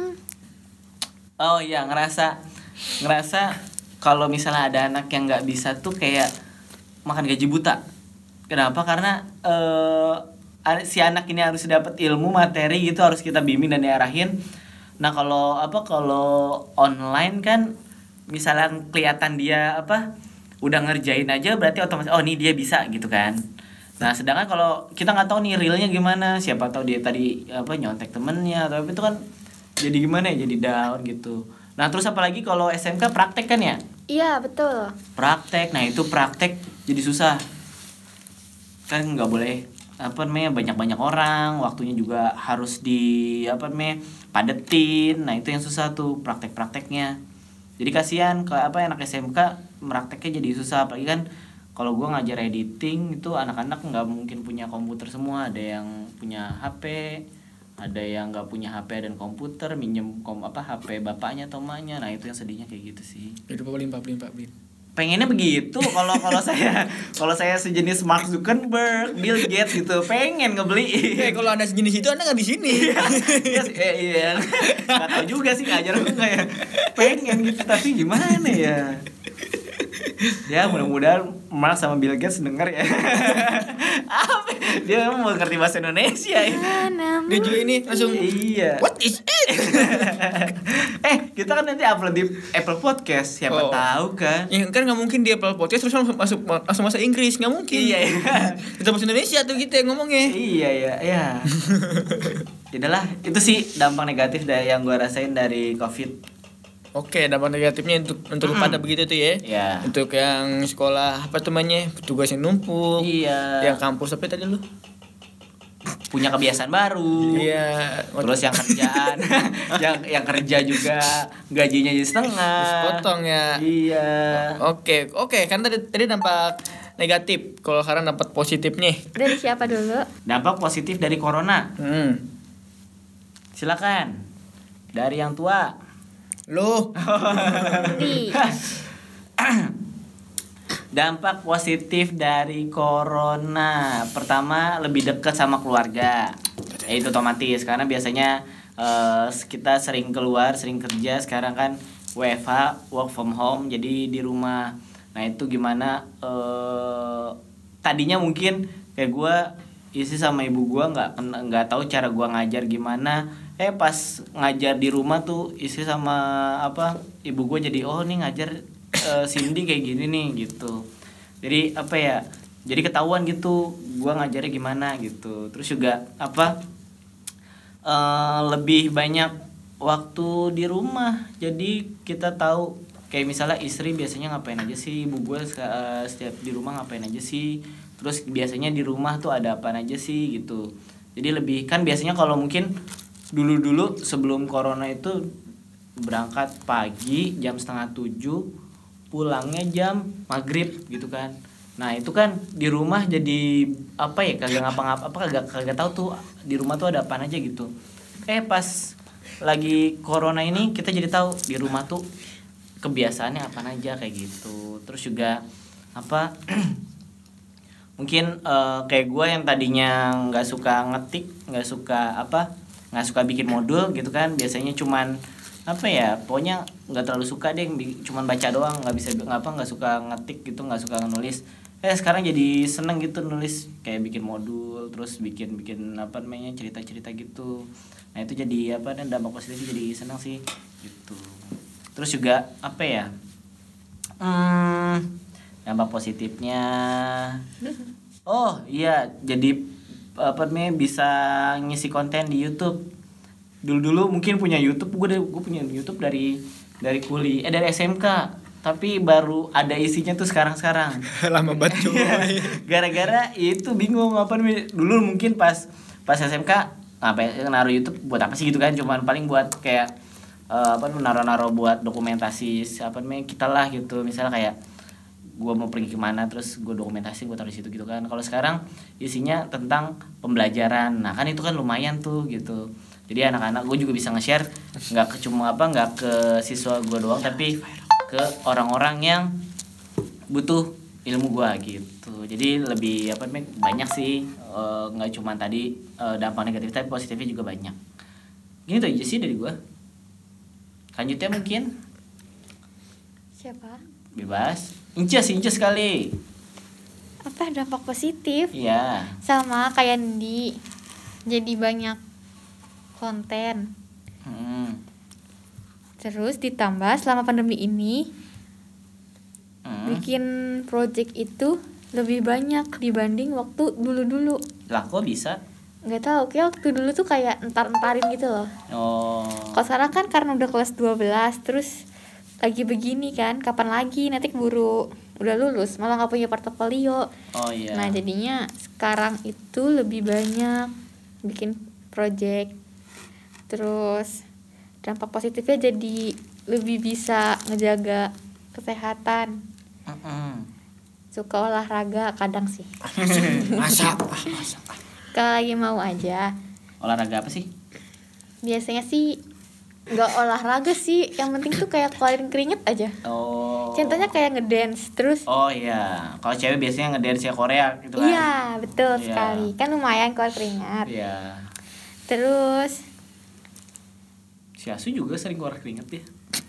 Oh iya, ngerasa kalau misalnya ada anak yang nggak bisa tuh kayak makan gaji buta. Kenapa? Karena si anak ini harus dapat ilmu materi gitu, harus kita bimbing dan diarahin. Nah, kalau online kan misalnya kelihatan dia udah ngerjain aja, berarti otomatis oh nih dia bisa gitu kan. Nah, sedangkan kalau kita nggak tahu nih realnya gimana, siapa tahu dia tadi nyontek temennya, atau itu kan jadi gimana ya, jadi down gitu. Nah, terus apalagi kalau SMK praktek kan ya? Iya, betul. Praktek, nah itu praktek jadi susah. Kan nggak boleh banyak orang, waktunya juga harus padetin. Nah, itu yang susah tuh prakteknya. Jadi kasihan ke anak SMK prakteknya jadi susah, apalagi kan kalau gue ngajar editing itu anak-anak nggak mungkin punya komputer semua, ada yang punya HP, ada yang nggak punya HP dan komputer, minjem HP bapaknya atau emaknya. Nah, itu yang sedihnya kayak gitu sih. Itu paling. Pengennya begitu. Kalau saya sejenis Mark Zuckerberg, Bill Gates gitu, pengen ngebeli. Kalau ada sejenis itu Anda nggak di sini. Iya. Nggak tahu juga sih ngajar aku kayak pengen gitu, tapi gimana ya? Ya mudah-mudahan Mark sama Bill Gates denger ya. Dia mau ngerti bahasa Indonesia ya. Dia juga ini langsung. Iya. What is Kita kan nanti upload di Apple Podcast, siapa tahu kan. Ya kan nggak mungkin di Apple Podcast terus langsung bahasa Inggris, nggak mungkin. Iya. Kita bahasa Indonesia tuh kita yang ngomongnya. Iya. Yaudahlah, itu sih dampak negatif yang gua rasain dari COVID. Oke, dampak negatifnya untuk pada begitu tuh ya. Iya. Untuk yang sekolah apa namanya, petugas yang numpuk. Iya. Yang kampus apa tadi lu? Punya kebiasaan baru. Iya. Terus yang kerjaan, yang kerja juga gajinya jadi setengah. Terus potong ya. Iya. Oke, kan tadi dampak negatif. Kalau sekarang dampak positifnya. Dari siapa dulu? Dampak positif dari corona. Silakan. Dari yang tua. Loh. Di. Dampak positif dari corona. Pertama, lebih dekat sama keluarga. Itu otomatis karena biasanya kita sering keluar, sering kerja. Sekarang kan WFH, work from home, jadi di rumah. Nah, itu gimana tadinya mungkin kayak gue isi sama ibu gue nggak tahu cara gue ngajar gimana. Pas ngajar di rumah tuh isi sama ibu gue jadi nih ngajar Cindy kayak gini nih gitu. Jadi jadi ketahuan gitu gue ngajarnya gimana gitu. Terus juga lebih banyak waktu di rumah. Jadi kita tahu kayak misalnya istri biasanya ngapain aja sih, ibu gue setiap di rumah ngapain aja sih. Terus biasanya di rumah tuh ada apa aja sih gitu. Jadi lebih kan biasanya kalau mungkin dulu sebelum corona itu berangkat pagi jam 6:30, pulangnya jam maghrib gitu kan. Nah itu kan di rumah jadi kagak ngapa-ngapa, kagak tahu tuh di rumah tuh ada apa aja gitu. Pas lagi corona ini kita jadi tahu di rumah tuh kebiasaannya apa aja kayak gitu. Terus juga mungkin kayak gue yang tadinya nggak suka ngetik, nggak suka bikin modul gitu kan, biasanya cuman pokoknya nggak terlalu suka deh, cuman baca doang, nggak suka ngetik gitu, nggak suka nulis. Sekarang jadi seneng gitu nulis, kayak bikin modul, terus bikin cerita-cerita gitu. Nah itu jadi dampak positif, jadi seneng sih gitu. Terus juga dampak positifnya jadi bisa ngisi konten di YouTube. Dulu mungkin punya YouTube, gue punya YouTube dari kuliah dari SMK, tapi baru ada isinya tuh sekarang Lama banget coy. Gara-gara itu bingung dulu mungkin pas SMK naruh YouTube buat apa sih gitu kan, cuman paling buat kayak naruh buat dokumentasi kita lah gitu. Misalnya kayak gue mau pergi kemana, terus gue dokumentasi, gue taruh di situ gitu kan. Kalau sekarang isinya tentang pembelajaran, nah kan itu kan lumayan tuh gitu. Jadi anak-anak gue juga bisa nge-share, nggak ke siswa gue doang, tapi ke orang-orang yang butuh ilmu gue gitu. Jadi lebih banyak sih, nggak cuma tadi dampak negatif, tapi positifnya juga banyak. Gini tuh aja sih dari gue. Lanjutnya mungkin Siapa? Bebas. Inces sekali. Apa dampak positif? Iya. Sama kayak Di. Jadi banyak konten. Terus ditambah selama pandemi ini bikin project itu lebih banyak dibanding waktu dulu-dulu. Lah kok bisa? Nggak tahu, kayak waktu dulu tuh kayak entar-entarin gitu loh. Kalau sekarang kan karena udah kelas 12, terus lagi begini kan, kapan lagi nanti keburu udah lulus malah nggak punya portofolio. Iya. Nah jadinya sekarang itu lebih banyak bikin project. Terus dampak positifnya jadi lebih bisa ngejaga kesehatan. Suka olahraga kadang sih. Masa. Kalau lagi mau aja. Olahraga apa sih? Biasanya sih nggak olahraga sih, yang penting tuh kayak keluarin keringet aja. Contohnya kayak ngedance terus. Iya, kalau cewek biasanya ngedance ya Korea gitu kan. Iya betul sekali, kan lumayan keluar keringat. Iya. Terus Si Asu juga sering keluar keringet ya.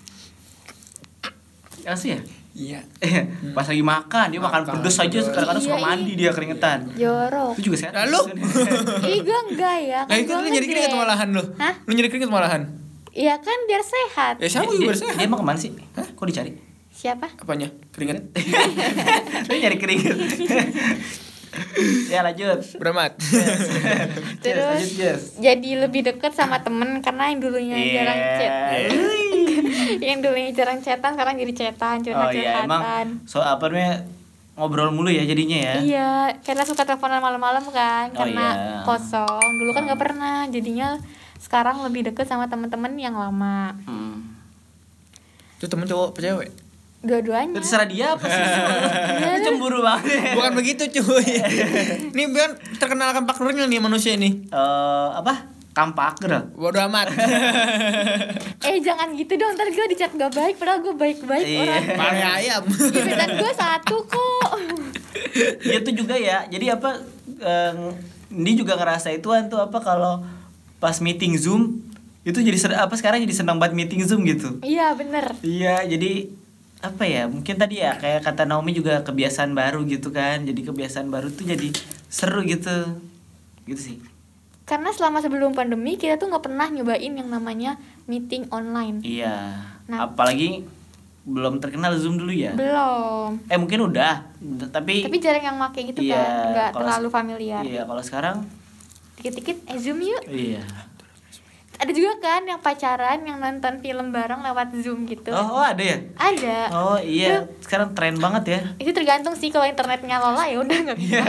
Asu ya? Iya. Pas lagi makan dia makan pedes aja, kadang-kadang suka mandi dia keringetan. jorok. Itu juga sehat. Lalu? Ih gue enggak ya. Nah itu lu nyari keringet malahan lu. Hah? Lu nyari keringet malahan. Iya kan biar sehat. Ya sama juga sehat. Dia emang kemana sih? Kok dicari? Siapa? Apanya? Keringat. Dia nyari keringet. Ya lanjut. Beramat. Terus jadi lebih deket sama temen karena yang dulunya jarang chat. Yang dulunya jarang chatan sekarang jadi chatan, curhat-curhatan. Emang apa namanya ngobrol mulu ya jadinya ya. Iya, karena suka teleponan malam-malam kan karena kosong. Dulu kan nggak pernah, jadinya sekarang lebih deket sama teman-teman yang lama. Itu temen cowok apa cewek? Dua-duanya. Terserah dia apa sih? Itu cemburu banget. Bukan begitu cuy. Nih biar terkenalkan partnernya nih manusia ini. Apa? Kampak Bodo amat. Jangan gitu dong, ntar gue dicat gak baik, padahal gue baik-baik orang. Paling ayam. Gebetan gue satu kok. Dia tuh juga ya. Jadi apa? Dia juga ngerasa ituan tuh apa kalau pas meeting Zoom itu jadi sekarang jadi senang banget meeting Zoom gitu. Iya bener. Iya jadi apa ya mungkin tadi ya kayak kata Naomi juga kebiasaan baru gitu kan, jadi kebiasaan baru tuh jadi seru gitu sih. Karena selama sebelum pandemi kita tuh nggak pernah nyobain yang namanya meeting online. Iya. Apalagi belum terkenal Zoom dulu ya. Belum. Mungkin udah tapi jarang yang make gitu iya, kan, nggak terlalu familiar. Iya kalau sekarang dikit-dikit Zoom yuk. Iya. Ada juga kan yang pacaran yang nonton film bareng lewat Zoom gitu. Oh ada ya? Ada. Oh iya, sekarang tren banget ya. Itu tergantung sih, kalau internetnya lola ya udah nggak bisa.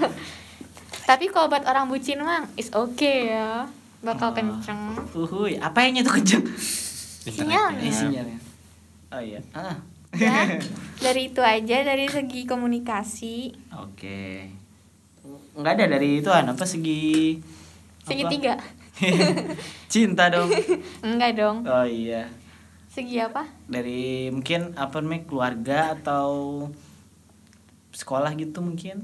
Tapi kalau buat orang bucin mah is okay ya, bakal kenceng. Apanya tuh kenceng? Sinyalnya. Oh iya. Ya, dari itu aja dari segi komunikasi. Oke. Nggak ada dari itu apa segi? Segitiga. Cinta dong. Enggak dong. Oh iya. Segi apa? Dari mungkin apa namanya keluarga atau sekolah gitu mungkin?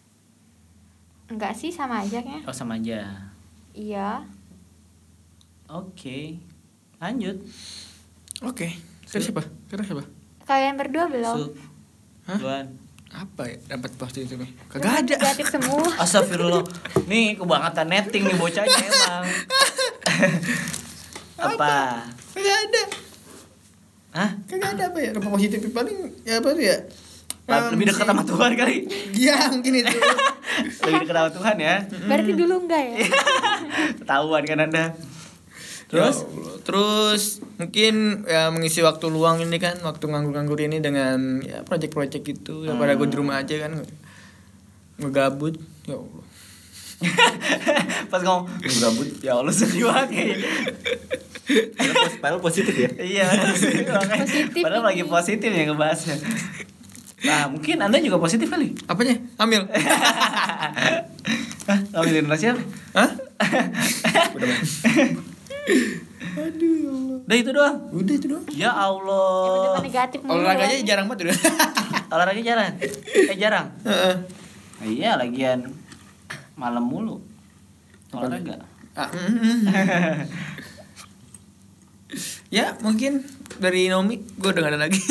Enggak sih, sama aja kayaknya. Oh sama aja. Iya. Oke. Lanjut. Oke. Siapa? Kalian berdua belum? Duan. Apa ya dapat positif nih? Kagak ada. Negatif semua. Astagfirullah. Nih kebangetan netting nih bocahnya emang. Apa? Kagak ada. Hah? Kagak ada apa ya? Dampak positif paling ya apa tuh ya? Lebih dekat sama Tuhan kali. Iya mungkin itu. Lebih dekat sama Tuhan ya. Berarti dulu enggak ya? Ketahuan kan Anda. Terus mungkin ya mengisi waktu luang ini kan, waktu nganggur-nganggur ini dengan ya project-project gitu. Daripada gue di rumah aja kan ngegabut. Ya Allah. Pas ngomong ngegabut, ya Allah sedih banget. Padahal positif ya. Iya. Positif. Padahal lagi positif ya ngebahasnya. Nah, mungkin Anda juga positif kali. Apanya? Hamil. Hamil generasi apa? Hah? Aduh ya Allah. Udah itu doang. Ya Allah. Yang negatif mulu. Olahraganya jarang banget udah. Olahraga jarang. Jarang. Iya, lagian malam mulu. Olahraga. Ya, mungkin dari Naomi gue udah gak ada lagi.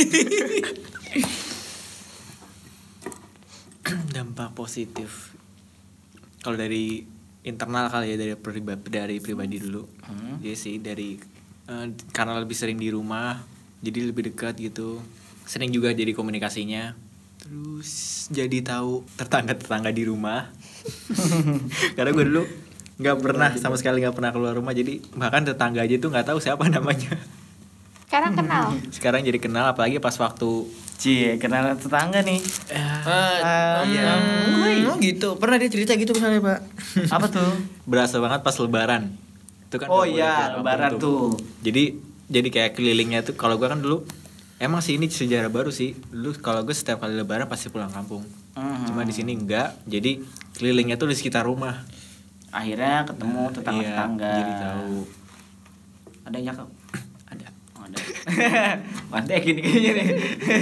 Dampak positif. Kalau dari internal kali ya, dari pribadi dulu. Jadi sih dari karena lebih sering di rumah, jadi lebih dekat gitu. Sering juga jadi komunikasinya. Terus jadi tahu tetangga di rumah. Karena gue dulu sama sekali nggak pernah keluar rumah, jadi bahkan tetangga aja tuh nggak tahu siapa namanya. Sekarang kenal. Sekarang jadi kenal, apalagi pas waktu kenal tetangga nih. Iya. Oh gitu. Pernah dia cerita gitu misalnya, Pak. Apa tuh? berasa banget pas lebaran. Itu kan oh iya, lebaran tuh. Jadi kayak kelilingnya tuh, kalau gue kan dulu emang sih ini sejarah baru sih. Dulu kalau gue setiap kali lebaran pasti pulang kampung. Cuma di sini enggak. Jadi kelilingnya tuh di sekitar rumah. Akhirnya ketemu tetangga-tetangga. Jadi tahu. Ada yang cakep? Ada. Oh, ada. Mantap gini kayaknya nih.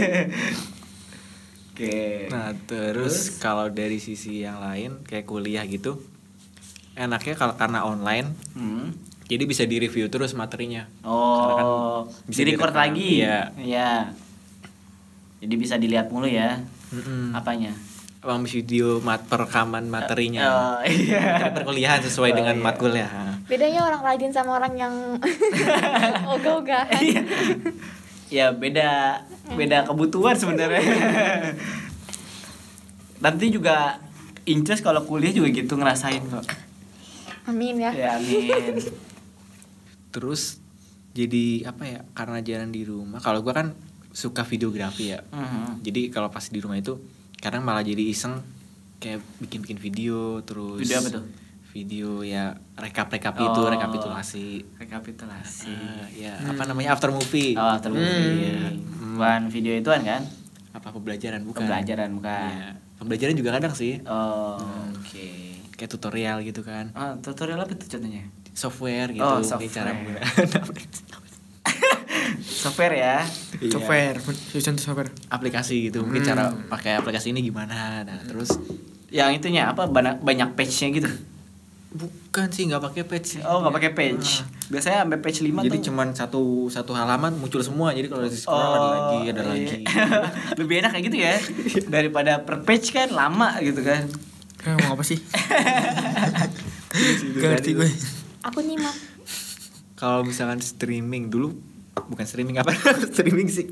Oke. Nah, terus kalau dari sisi yang lain kayak kuliah gitu, enaknya karena online. Jadi bisa di-review terus materinya. Oh, kan bisa di-record lagi. Iya. Iya. Jadi bisa dilihat mulu ya. Apanya? video perekaman materinya. Oh iya. Perkuliahan sesuai dengan matkul ya. Bedanya orang rajin sama orang yang ogah-ogahan. Ya beda kebutuhan sebenarnya. Nanti juga Inces kalau kuliah juga gitu ngerasain kok. Amin ya. Ya amin. Terus jadi apa ya, karena jarang di rumah. Kalau gua kan suka videografi ya. Jadi kalau pas di rumah itu kadang malah jadi iseng kayak bikin video. Terus video apa tuh? Video ya rekapitulasi. Ya apa namanya, after movie. After movie. Bukan video ituan kan? Apa pembelajaran bukan? Ya, pembelajaran juga kadang sih. Oke. Kayak tutorial gitu kan. Tutorial apa tuh contohnya? Software gitu. Software. Cara menggunakan software ya. Software. Aplikasi gitu. Mungkin cara pakai aplikasi ini gimana. Nah, terus yang itunya apa, banyak page-nya gitu? bukan sih, nggak pakai page. Nggak pakai page. Biasanya sampai page 5 jadi tuh. cuman satu halaman muncul semua. Jadi kalau di scroll ada lagi. Lebih enak kayak gitu ya. Daripada per page kan lama gitu kan. Ngomong apa sih? Gak ngerti gue. Aku nyimak. Kalau misalkan streaming dulu, bukan streaming apa? Streaming sih.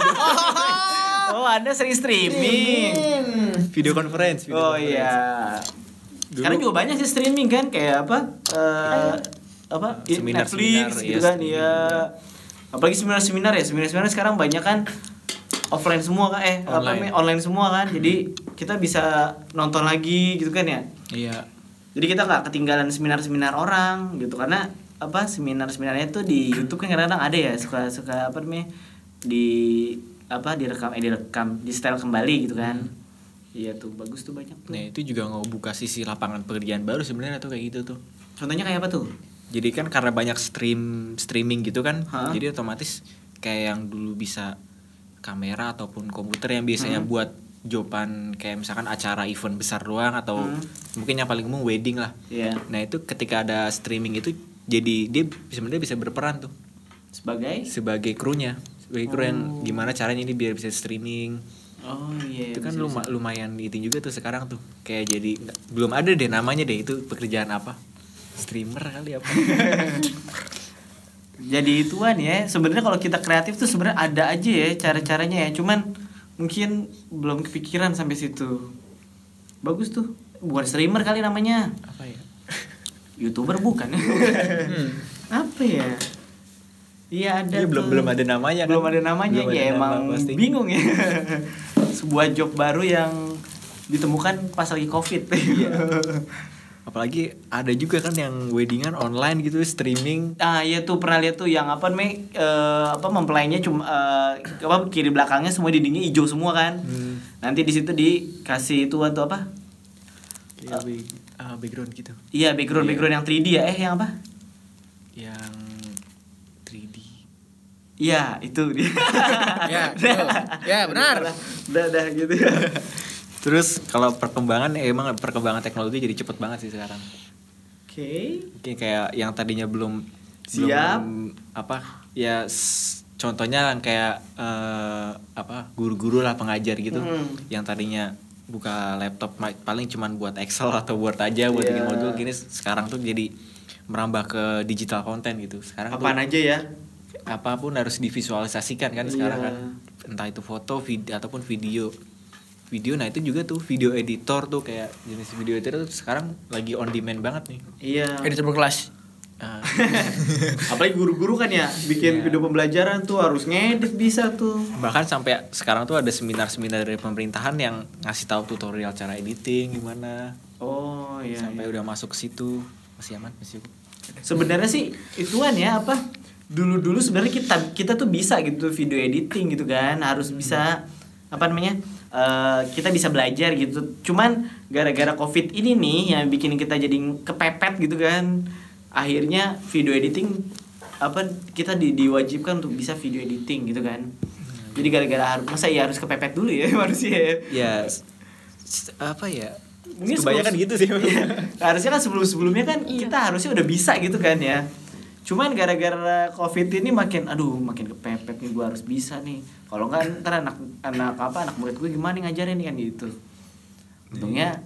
Anda sering streaming. Video conference. Iya. Sekarang juga banyak sih streaming kan, kayak Seminar, Netflix gitu kan, ya. Apalagi seminar-seminar ya. Seminar-seminar sekarang banyak kan offline semua kan, online semua kan. Jadi kita bisa nonton lagi gitu kan ya. Iya. Jadi kita nggak ketinggalan seminar-seminar orang gitu, karena seminar-seminarnya tuh di YouTube kan kadang-kadang ada ya, suka direkam di setel kembali gitu kan. Iya tuh, bagus tuh, banyak tuh. Nah, itu juga ngebuka sisi lapangan pekerjaan baru sebenarnya tuh, kayak gitu tuh. Contohnya kayak apa tuh? Jadi kan karena banyak streaming gitu kan, jadi otomatis kayak yang dulu bisa kamera ataupun komputer yang biasanya buat joban kayak misalkan acara event besar doang atau mungkin yang paling umum wedding lah. Iya. Nah, itu ketika ada streaming itu jadi dia sebenarnya bisa berperan tuh sebagai krunya, sebagai kru yang gimana caranya ini biar bisa streaming. Oh iya. Itu kan lumayan itu juga tuh sekarang tuh. Kayak jadi belum ada deh namanya deh, itu pekerjaan apa? Streamer kali apa? Jadi ituan ya. Sebenarnya kalau kita kreatif tuh sebenarnya ada aja ya cara-caranya ya. Cuman mungkin belum kepikiran sampai situ. Bagus tuh. Bukan streamer kali namanya. Apa ya? YouTuber bukan. Apa ya? Iya ada. Iya, belum ada namanya kan. Belum ada namanya ya, emang bingung ya. Sebuah job baru yang ditemukan pas lagi Covid. Iya. Apalagi ada juga kan yang weddingan online gitu, streaming. Iya tuh, pernah lihat tuh yang mempelainya cuma kiri belakangnya semua dindingnya hijau semua kan. Nanti di situ dikasih itu atau apa? Background gitu. Iya, background yang 3D ya. Yang apa? Yang 3D. Iya, itu dia. Ya, benar. Udah gitu ya. Terus kalau perkembangan teknologi jadi cepet banget sih sekarang. Oke. Mungkin kayak yang tadinya belum contohnya yang kayak guru-guru lah, pengajar gitu, yang tadinya buka laptop paling cuman buat Excel atau Word aja buat bikin modul, gini sekarang tuh jadi merambah ke digital content gitu. Sekarang apaan aja ya? Apapun harus divisualisasikan kan sekarang kan, entah itu foto, video ataupun video. Nah itu juga tuh video editor tuh, kayak jenis video editor tuh sekarang lagi on demand banget nih. Iya. Editor berkelas. Apalagi guru-guru kan ya bikin video pembelajaran tuh harus ngedit bisa tuh. Bahkan sampai sekarang tuh ada seminar-seminar dari pemerintahan yang ngasih tahu tutorial cara editing gimana. Oh iya. Sampai udah masuk ke situ. Masih aman, masih cukup. Sebenarnya sih ituan ya dulu sebenarnya kita tuh bisa gitu video editing gitu kan, harus bisa kita bisa belajar gitu. Cuman gara-gara Covid ini nih yang bikin kita jadi kepepet gitu kan. Akhirnya video editing kita diwajibkan untuk bisa video editing gitu kan. Jadi gara-gara harus kepepet dulu ya manusia. Ya mungkin kebanyakan gitu sih. Harusnya kan sebelumnya kan kita harusnya udah bisa gitu kan ya. Cuman gara-gara Covid ini makin kepepet nih, gue harus bisa nih. Kalau enggak ntar anak murid gue gimana nih ngajarin nih kan gitu. Untungnya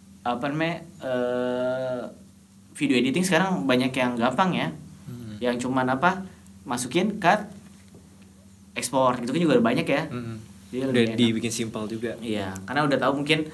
video editing sekarang banyak yang gampang ya. Yang cuman masukin cut ekspor gitu kan juga udah banyak ya. Jadi udah dibikin simpel juga. Iya, karena udah tahu mungkin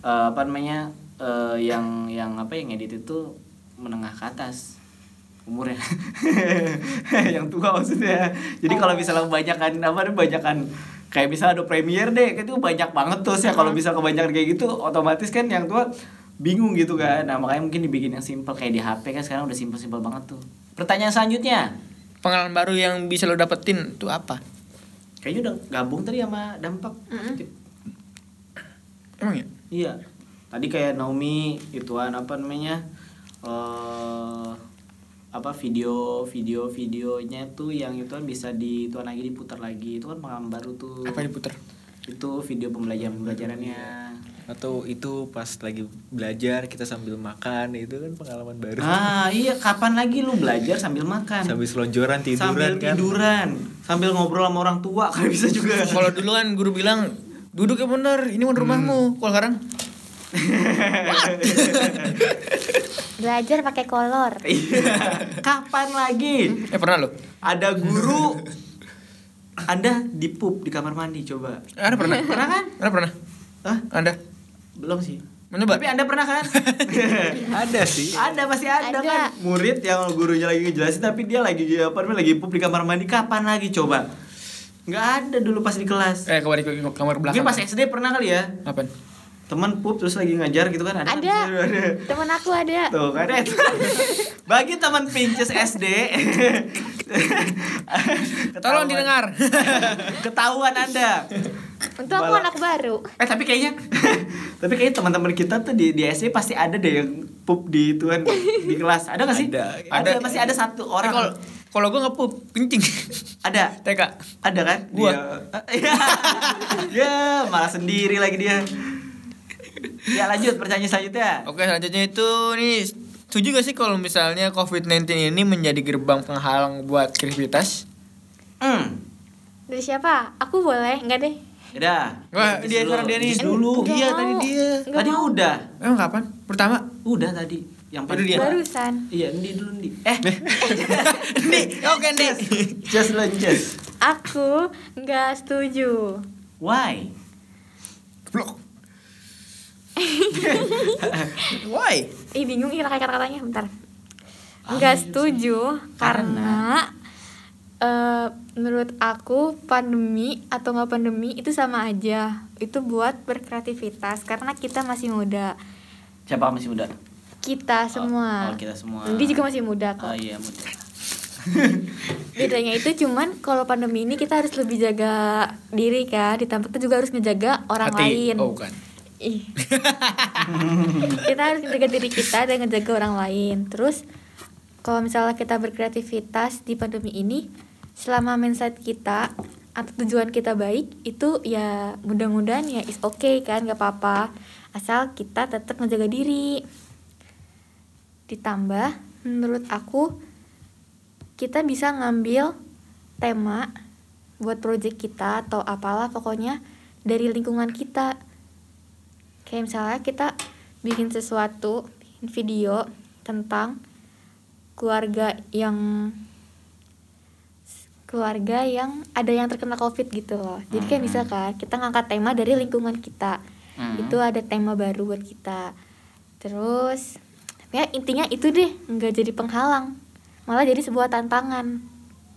yang edit itu menengah ke atas umurnya. Yang tua maksudnya. Jadi kalau misalnya banyakan kayak misalnya ada Premiere deh, itu banyak banget tuh ya. Kalau bisa kebanyakan kayak gitu, otomatis kan yang tua bingung gitu kan. Nah, makanya mungkin dibikin yang simple kayak di HP kan sekarang udah simple banget tuh. Pertanyaan selanjutnya, pengalaman baru yang bisa lo dapetin itu apa? Kayaknya udah gabung tadi sama dampak. Emang ya? Iya. Tadi kayak Naomi ituan videonya tuh yang itu kan bisa dituan lagi, diputar lagi. Itu kan pengalaman baru tuh. Apa diputar? Itu video pembelajarannya. Atau itu pas lagi belajar kita sambil makan, itu kan pengalaman baru. Iya, kapan lagi lu belajar sambil makan? Sambil selonjoran tiduran sambil kan. Sambil ngobrol sama orang tua kan bisa juga. Kalau dulu kan guru bilang duduk ya bener, ini menurut rumahmu. Kalau sekarang belajar pakai kolor. Kapan lagi? pernah lo? Ada guru Anda dipup di kamar mandi coba. Ada pernah? Pernah kan? Pernah. Hah? Anda? Belum sih. Mencoba? Tapi Anda pernah kan? Ada sih. Ada, pasti ada kan. Murid yang gurunya lagi ngejelasin tapi dia lagi pup di kamar mandi. Kapan lagi coba? Nggak ada dulu pas di kelas. Kemarin ke kamar belakang. Mungkin pas SD pernah kali ya. Apaan? Teman pup terus lagi ngajar gitu kan. Ada. Temen aku ada. Tuh kan itu. Bagi teman Pinches SD Tolong didengar. Ketahuan Anda. Untuk aku anak baru. Tapi kayaknya teman-teman kita tuh di SD pasti ada deh yang pup di tuan di kelas. Ada nggak sih? Ada. Masih ada satu orang. Kalau gue nggak pup, kencing. Ada. TK. Ada kan? Gua. Ya, malah sendiri lagi dia. Ya lanjut pertanyaan selanjutnya. Oke, selanjutnya itu nih, setuju gak sih kalau misalnya COVID-19 ini menjadi gerbang penghalang buat kreativitas? Dari siapa? Aku boleh? Enggak deh. Udah. Wah, dia sekarang dia nih. Dulu. Iya, tadi dia. Tadi udah. Emang kapan? Pertama? Udah tadi. Yang Itu dia. Barusan. Iya, Ndi dulu Ndi. Ndi, oke Ndi. Just. Aku nggak setuju. Why? Blok. Why? Bingung kata-katanya bentar. Nggak setuju karena menurut aku pandemi atau nggak pandemi itu sama aja. Itu buat berkreativitas karena kita masih muda. Siapa masih muda? Kita semua. Kita semua. Dia juga masih muda kok. Oh iya muda. Bedanya itu cuman kalau pandemi ini kita harus lebih jaga diri kan, ditambah kita juga harus ngejaga orang lain. Oh bukan. Kita harus menjaga diri kita dan ngejaga orang lain. Terus kalau misalnya kita berkreativitas di pandemi ini, selama mindset kita atau tujuan kita baik, itu ya mudah-mudahan ya is okay kan, gak apa-apa, asal kita tetap menjaga diri. Ditambah menurut aku kita bisa ngambil tema buat project kita atau apalah pokoknya dari lingkungan kita. Kayak misalnya kita bikin sesuatu, bikin video tentang keluarga yang ada yang terkena COVID gitu loh. Jadi kayak misalkan kita ngangkat tema dari lingkungan kita. Itu ada tema baru buat kita. Terus ya intinya itu deh, nggak jadi penghalang, malah jadi sebuah tantangan.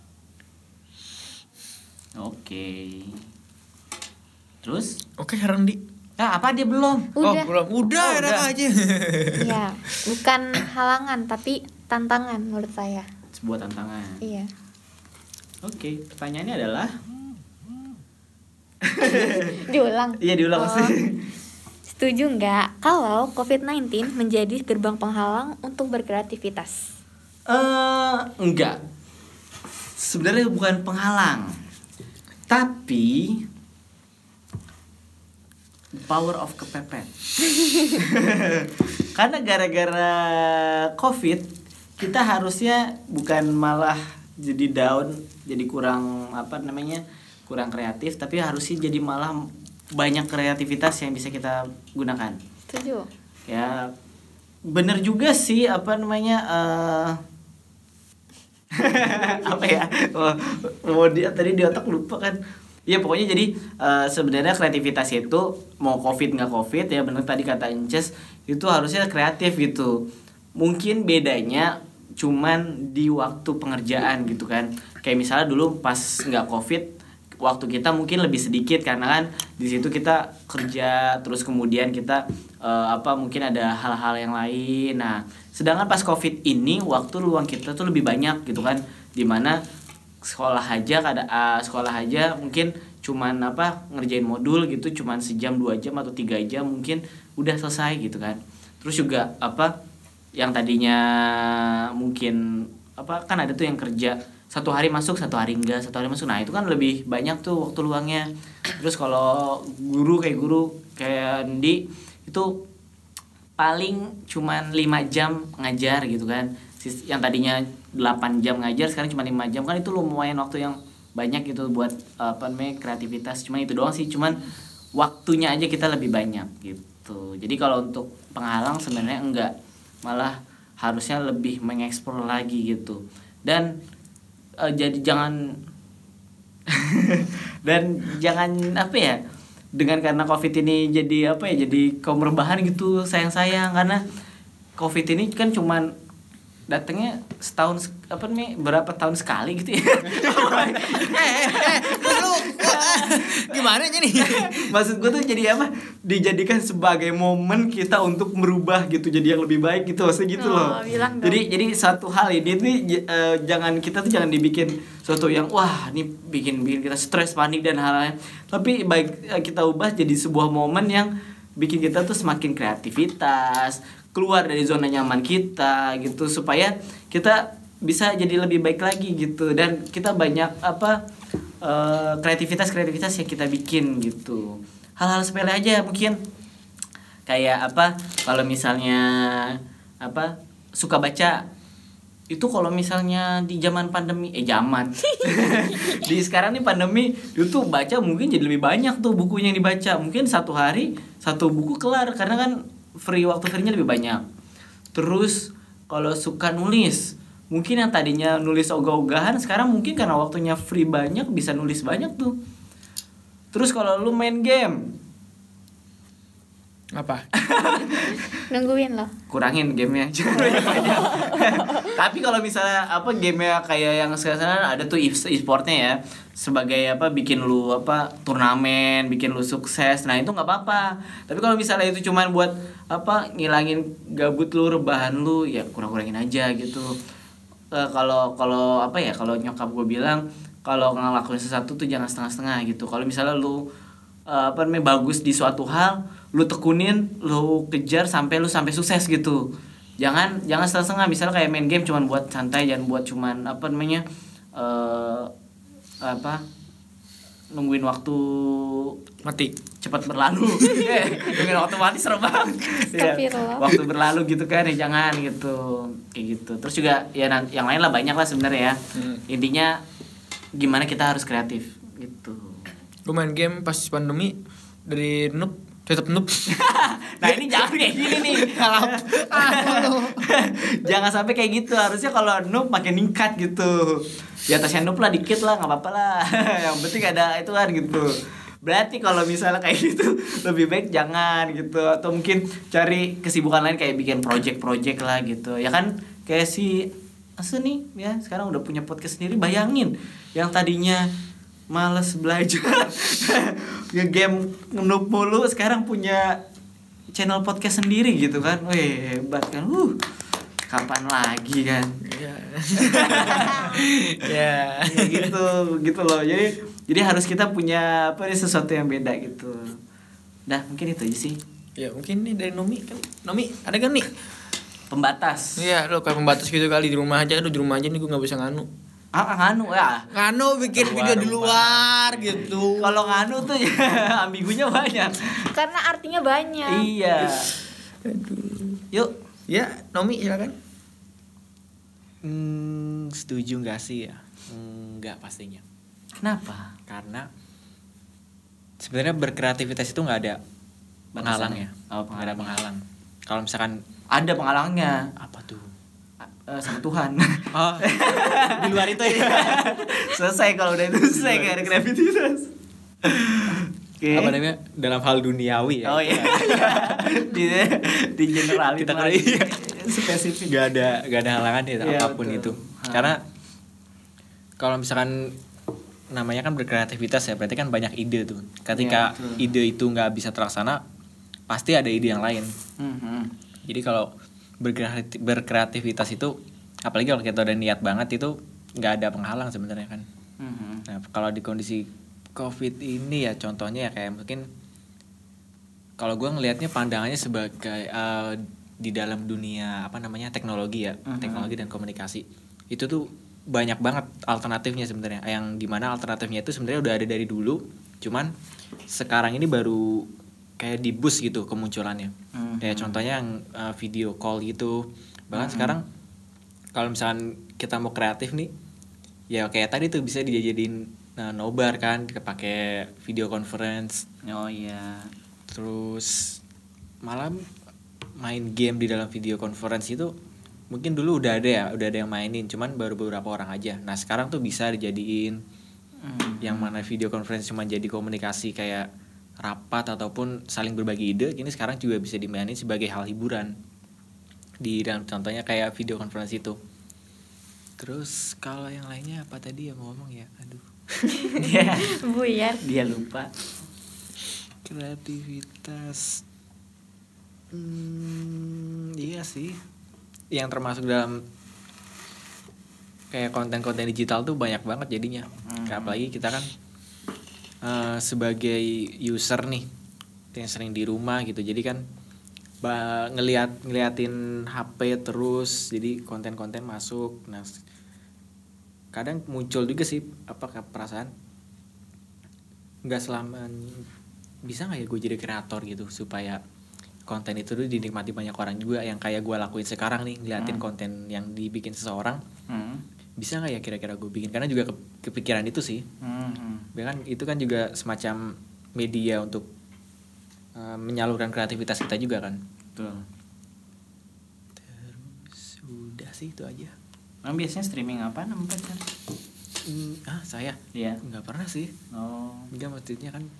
Oke. Terus? Oke, sekarang Di. Apa dia belum? Udah. Belum. Udah, enak aja. Iya, bukan halangan tapi tantangan menurut saya. Sebuah tantangan. Iya. Oke, pertanyaannya adalah Diulang. Iya, diulang pasti. Setuju nggak kalau COVID-19 menjadi gerbang penghalang untuk berkreativitas? Enggak. Sebenarnya bukan penghalang. Tapi power of kepepet. Karena gara-gara COVID kita harusnya bukan malah jadi down, jadi kurang kurang kreatif, tapi harusnya jadi malah banyak kreativitas yang bisa kita gunakan. Setuju. Ya bener juga sih apa namanya apa ya tadi di otak lupa kan. Ya pokoknya jadi sebenarnya kreativitas itu mau covid nggak covid ya bener tadi kata Inces itu harusnya kreatif gitu. Mungkin bedanya cuman di waktu pengerjaan gitu kan. Kayak misalnya dulu pas nggak covid waktu kita mungkin lebih sedikit karena kan di situ kita kerja terus kemudian kita mungkin ada hal-hal yang lain. Nah, sedangkan pas Covid ini waktu luang kita tuh lebih banyak gitu kan. Dimana sekolah aja mungkin cuman ngerjain modul gitu cuman sejam 2 jam atau 3 jam mungkin udah selesai gitu kan. Terus juga yang tadinya mungkin kan ada tuh yang kerja 1 hari masuk 1 hari enggak, 1 hari masuk. Nah itu kan lebih banyak tuh waktu luangnya. Terus kalau guru kayak Andi itu paling cuman 5 jam ngajar gitu kan. Yang tadinya 8 jam ngajar sekarang cuma 5 jam kan itu lumayan waktu yang banyak gitu buat kreativitas. Cuma itu doang sih, cuman waktunya aja kita lebih banyak gitu. Jadi kalau untuk penghalang sebenarnya enggak, malah harusnya lebih mengeksplor lagi gitu. Dan jadi jangan dan jangan dengan karena Covid ini jadi jadi kaum rebahan gitu sayang karena Covid ini kan cuman datangnya setahun berapa tahun sekali gitu ya. Lu gimana nih? Maksud gue tuh jadi dijadikan sebagai momen kita untuk merubah gitu jadi yang lebih baik gitu maksudnya gitu loh. Jadi satu hal ini jangan dibikin suatu yang wah ini bikin kita stres panik dan hal-hal. Tapi baik kita ubah jadi sebuah momen yang bikin kita tuh semakin kreativitas, keluar dari zona nyaman kita gitu supaya kita bisa jadi lebih baik lagi gitu dan kita banyak kreativitas yang kita bikin gitu. Hal-hal sepele aja mungkin kayak kalau misalnya suka baca itu kalau misalnya di zaman pandemi di sekarang nih pandemi itu baca mungkin jadi lebih banyak tuh bukunya yang dibaca, mungkin 1 hari 1 buku kelar karena kan waktu free-nya lebih banyak. Terus kalau suka nulis mungkin yang tadinya nulis ogah-ogahan sekarang mungkin karena waktunya free banyak bisa nulis banyak tuh. Terus kalau lu main game apa? Nungguin loh. Kurangin gamenya, jangan banyak. Tapi kalau misalnya gamenya kayak yang sekarang ada tuh e-sportnya ya, sebagai bikin lu turnamen, bikin lu sukses. Nah itu nggak apa-apa. Tapi kalau misalnya itu cuman buat ngilangin gabut lu, rebahan lu, ya kurang-kurangin aja gitu. Kalau nyokap gue bilang kalau ngelakuin sesuatu tuh jangan setengah-setengah gitu. Kalau misalnya lu bagus di suatu hal, lu tekunin, lu kejar sampai sukses gitu. Jangan setengah-setengah. Misalnya kayak main game cuman buat santai, jangan buat cuman nungguin waktu mati cepat berlalu. Nungguin waktu mati serem banget. Ya, waktu berlalu gitu kan ya jangan gitu. Kayak gitu. Terus juga ya yang lain lah banyak lah sebenarnya ya. Intinya gimana kita harus kreatif gitu. Gue main game pas pandemi dari noob tetap noob. Nah ini jangan kayak gini nih. Jangan sampai kayak gitu. Harusnya kalau noob makin ningkat gitu. Di atasnya noob lah dikit lah, nggak apa-apa lah. Yang penting ada itu kan gitu. Berarti kalau misalnya kayak gitu lebih baik jangan gitu. Atau mungkin cari kesibukan lain kayak bikin project lah gitu. Ya kan kayak si Asu nih ya sekarang udah punya podcast sendiri. Bayangin yang tadinya males belajar nge-game noob mulu sekarang punya channel podcast sendiri gitu kan. Wih hebat kan. Kapan lagi kan. Ya gitu loh. Jadi harus kita punya sesuatu yang beda gitu. Nah mungkin itu aja sih. Ya mungkin nih dari Nomi kan. Nomi ada kan nih pembatas. Iya lo kayak pembatas gitu kali di rumah aja. Aduh di rumah aja nih gue nggak bisa nganu. Nganu ya. Nganu bikin video di luar gitu. Kalau nganu tuh ya ambigunya banyak. Karena artinya banyak. Iya. Aduh. Yuk. Ya Nomi silakan. Setuju nggak sih ya? Nggak pastinya. Kenapa? Karena sebenarnya berkreativitas itu nggak ada penghalang ya. Oh, Nggak ada penghalang. Kalau misalkan ada penghalangnya. apa tuh? Sama Tuhan. Oh, di luar itu ya. Selesai kalau udah itu selesai gak ada kreativitas. Oke. Apa namanya? Dalam hal duniawi ya. Oh iya. di generalin Kita lagi. iya. Spesifik. Gak ada halangan ya Iya, apapun betul. itu. Karena kalau misalkan namanya kan berkreativitas ya, berarti kan banyak ide tuh. Ketika Iya, betul. ide itu nggak bisa terlaksana, pasti ada ide yang lain. Jadi kalau berkreativitas itu, apalagi kalau kita udah niat banget itu nggak ada penghalang sebenarnya kan. Nah kalau di kondisi COVID ini ya contohnya ya kayak mungkin kalau gue ngelihatnya pandangannya sebagai di dalam dunia apa namanya teknologi ya, teknologi dan komunikasi itu tuh banyak banget alternatifnya sebenarnya. Yang dimana alternatifnya itu sebenarnya udah ada dari dulu, cuman sekarang ini baru kayak di boost gitu kemunculannya. Kayak contohnya yang video call gitu. Bahkan sekarang kalau misalkan kita mau kreatif nih, ya kayak tadi tuh bisa dijadiin nobar kan, pakai video conference. Oh iya. Terus malam main game di dalam video conference itu mungkin dulu udah ada yang mainin, cuman baru beberapa orang aja. Nah sekarang tuh bisa dijadiin yang mana video conference cuma jadi komunikasi kayak rapat ataupun saling berbagi ide, kini sekarang juga bisa dimainin sebagai hal hiburan di dalam contohnya kayak video conference itu. Terus kalau yang lainnya apa tadi yang ngomong ya, aduh. Buyar. Dia lupa. Kreativitas. Iya sih. Yang termasuk dalam kayak konten-konten digital tuh banyak banget jadinya. Kayak apalagi kita kan sebagai user nih yang sering di rumah gitu. Jadi kan ngeliatin HP terus, jadi konten-konten masuk. Nah, kadang muncul juga sih apakah perasaan nggak selamanya bisa nggak ya gue jadi kreator gitu supaya konten itu tuh dinikmati banyak orang juga, yang kayak gue lakuin sekarang nih, ngeliatin konten yang dibikin seseorang. Bisa nggak ya kira-kira gue bikin, karena juga kepikiran itu sih. Bahkan itu kan juga semacam media untuk menyalurkan kreativitas kita juga kan. Betul. Terus udah sih itu aja. Biasanya streaming apa namanya? Saya Iya. nggak pernah sih. Oh. Enggak, maksudnya kan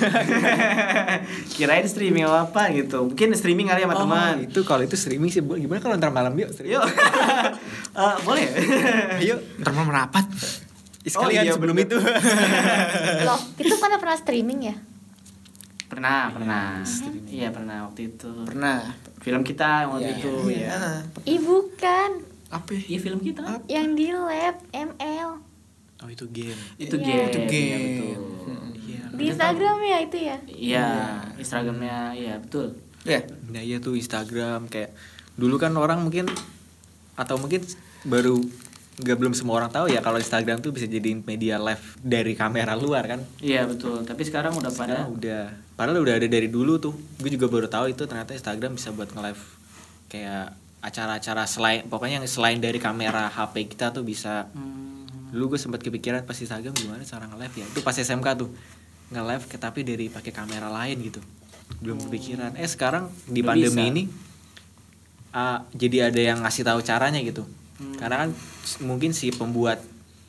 Kirain streaming apa gitu. Mungkin streaming kali sama teman. Itu kalau itu streaming sih gimana kalau ntar malam yuk streaming. Yuk. Boleh. Ayo Ntar mau merapat. sekalian iya, sebelum bener. itu. Loh, itu kan pernah streaming ya? Pernah. Streaming. Iya, pernah waktu itu. Pernah. Film kita waktu itu ya. Ih bukan, Apa? Iya, film kita. yang di lab ML. Oh itu game. Itu Iya. game. Itu game. Iya, betul. Iya. Di Instagram ya itu ya? Iya, Instagramnya iya betul. Ya. Nah iya tuh Instagram, kayak dulu kan orang mungkin atau mungkin baru belum semua orang tahu ya kalau Instagram tuh bisa jadiin media live dari kamera luar kan. Iya betul. Tapi sekarang udah pada Padahal udah ada dari dulu tuh. Gue juga baru tahu itu ternyata Instagram bisa buat nge-live kayak acara-acara selain, pokoknya yang selain dari kamera HP kita tuh bisa. Dulu gue sempat kepikiran pas Instagram gimana cara nge-live ya. Itu pas SMK tuh nge-live tapi dari pakai kamera lain gitu. Belum kepikiran. Sekarang di Udah pandemi bisa. ini jadi ada yang ngasih tahu caranya gitu. Karena kan mungkin si pembuat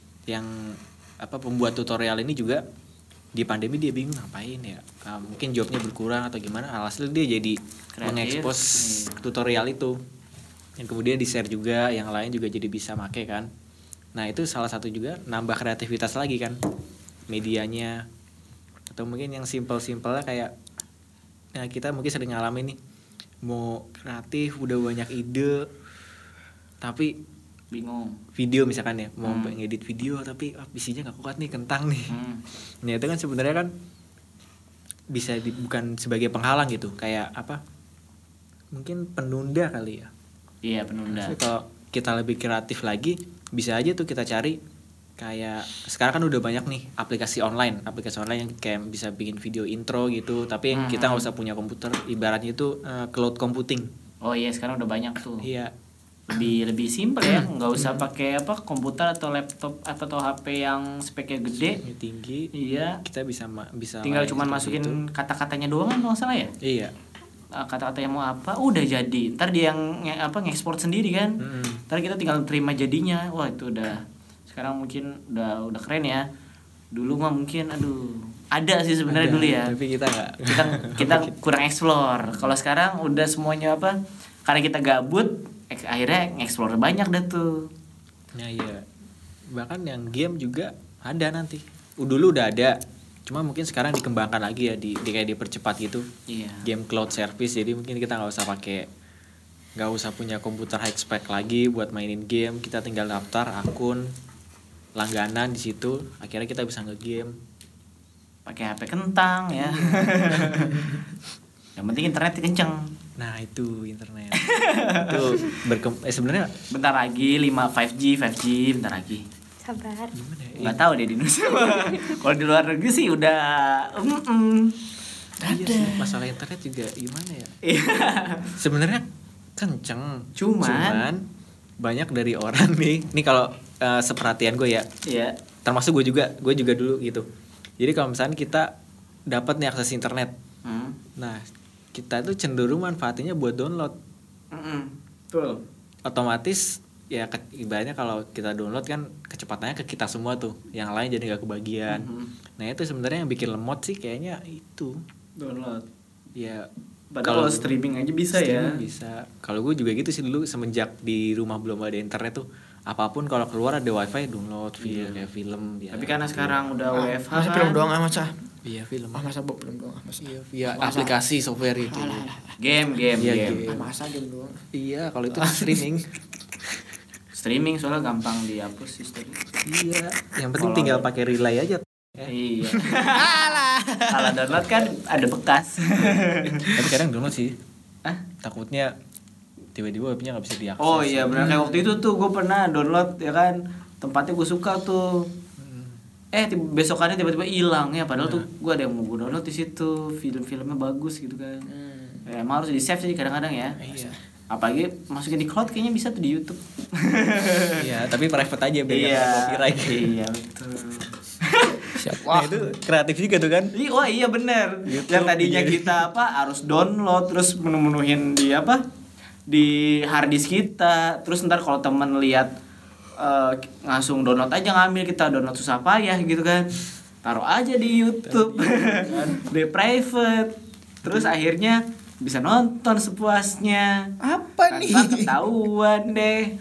tutorial ini juga di pandemi dia bingung ngapain ya. Mungkin jobnya berkurang atau gimana. Alhasil dia jadi mengekspos tutorial itu. Yang kemudian di-share juga, yang lain juga jadi bisa make kan. Nah, itu salah satu juga nambah kreativitas lagi kan medianya. Atau mungkin yang simpel-simpelnya kayak kita mungkin sering ngalamin nih, mau kreatif udah banyak ide tapi bingung. Video misalkan ya, mau ngedit video tapi visinya nggak kuat nih, kentang nih. Nah itu kan sebenarnya kan bisa bukan sebagai penghalang gitu, kayak apa, mungkin penunda kali ya. Iya, penunda. Maksudnya kalau kita lebih kreatif lagi, bisa aja tuh kita cari kayak sekarang kan udah banyak nih aplikasi online yang kayak bisa bikin video intro gitu, tapi yang kita nggak usah punya komputer, ibaratnya itu cloud computing. Oh iya, sekarang udah banyak tuh. Iya, lebih simpel ya, nggak usah pakai komputer atau laptop atau HP yang speknya gede tinggi. Iya, kita bisa tinggal cuman masukin itu. Kata-katanya doang kan, nggak salah ya. Iya, kata-kata yang mau apa udah jadi, ntar dia yang ngekspor sendiri kan. Ntar kita tinggal terima jadinya. Wah itu udah, sekarang mungkin udah keren ya. Dulu mah mungkin ada sih sebenarnya dulu ya, tapi kita kurang explore. Kalau sekarang udah semuanya karena kita gabut, akhirnya nge-explore banyak dah tuh. Nah iya, bahkan yang game juga ada nanti. Dulu udah ada, cuma mungkin sekarang dikembangkan lagi ya, kayak dipercepat gitu. Iya. Game cloud service, jadi mungkin kita nggak usah punya komputer high spec lagi buat mainin game. Kita tinggal daftar akun, langganan di situ, akhirnya kita bisa nge-game. Pakai HP kentang ya. Yang penting internet kenceng. Nah itu internet. Itu sebenarnya bentar lagi 5G bentar lagi. Sabar. Gimana ya? Nggak tahu deh di Indonesia. Kalau di luar negeri sih udah Iya sih, masalah internet juga gimana ya? Sebenarnya kenceng. Cuman banyak dari orang nih kalau seperhatian gue ya. Iya. Termasuk gue juga dulu gitu. Jadi kalau misalnya kita dapat nih akses internet. Nah, kita tuh cenderung manfaatinnya buat download. Betul. Otomatis ya ibaratnya kalau kita download kan kecepatannya ke kita semua tuh, yang lain jadi nggak kebagian. Nah itu sebenarnya yang bikin lemot sih kayaknya itu download. Ya kalau streaming aja bisa ya. Bisa. Kalau gue juga gitu sih dulu, semenjak di rumah belum ada internet tuh, apapun kalau keluar ada wifi download kayak film. Tapi karena sekarang udah WFH masa film doang masa. Iya film. Masa film doang masa. Iya via aplikasi software itu. Game. Masa game doang. Iya kalau itu streaming. Streaming soalnya gampang dihapus sistem. Iya. Yang penting tinggal pakai relay aja. Iya. Kalau download kan ada bekas. Tapi kadang download sih. Takutnya tiba-tiba webnya nggak bisa diakses. Oh iya benar, kayak waktu itu tuh gue pernah download ya kan, tempatnya gue suka tuh. Besokannya tiba-tiba hilang ya, padahal tuh gue ada yang mau gue download di situ, film-filmnya bagus gitu kan. Ya emang harus di save sih kadang-kadang ya. Iya. Apalagi masukin di cloud kayaknya bisa tuh di YouTube. Iya, tapi private aja biar nggak copyright. Iya betul. Wah, itu kreatif juga tuh kan? Wah iya bener. Yang tadinya kita harus download terus menuhin di hard disk kita, terus ntar kalau temen lihat langsung download aja, ngambil, kita download susah payah gitu kan, taruh aja di YouTube di private, terus akhirnya bisa nonton sepuasnya. Apa nih? Ketahuan deh.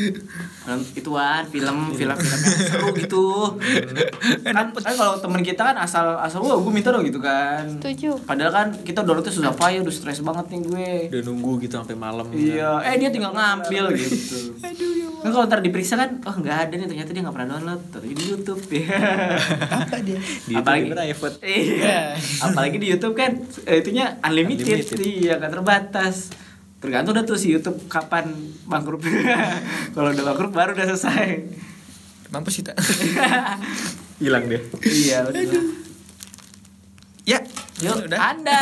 Ituan film yang seru gitu. Kan kalau temen kita kan asal wah gue minta dong gitu kan. Setuju. Padahal kan kita downloadnya susah payah, udah stres banget nih gue. Udah nunggu gitu sampai malam. Iya, dia tinggal ngambil gitu. Kan kalau ntar diperiksa kan, nggak ada nih, ternyata dia nggak pernah download, tapi di YouTube. Apa dia? Apalagi private. Iya. Apalagi di YouTube kan itunya unlimited. Iya, kan terbatas. Tergantung dah tuh si YouTube kapan bangkrut. Kalau udah bangkrut baru udah selesai. Mampus kita. Hilang deh. Iya, betul. Ya, yuk udah. Anda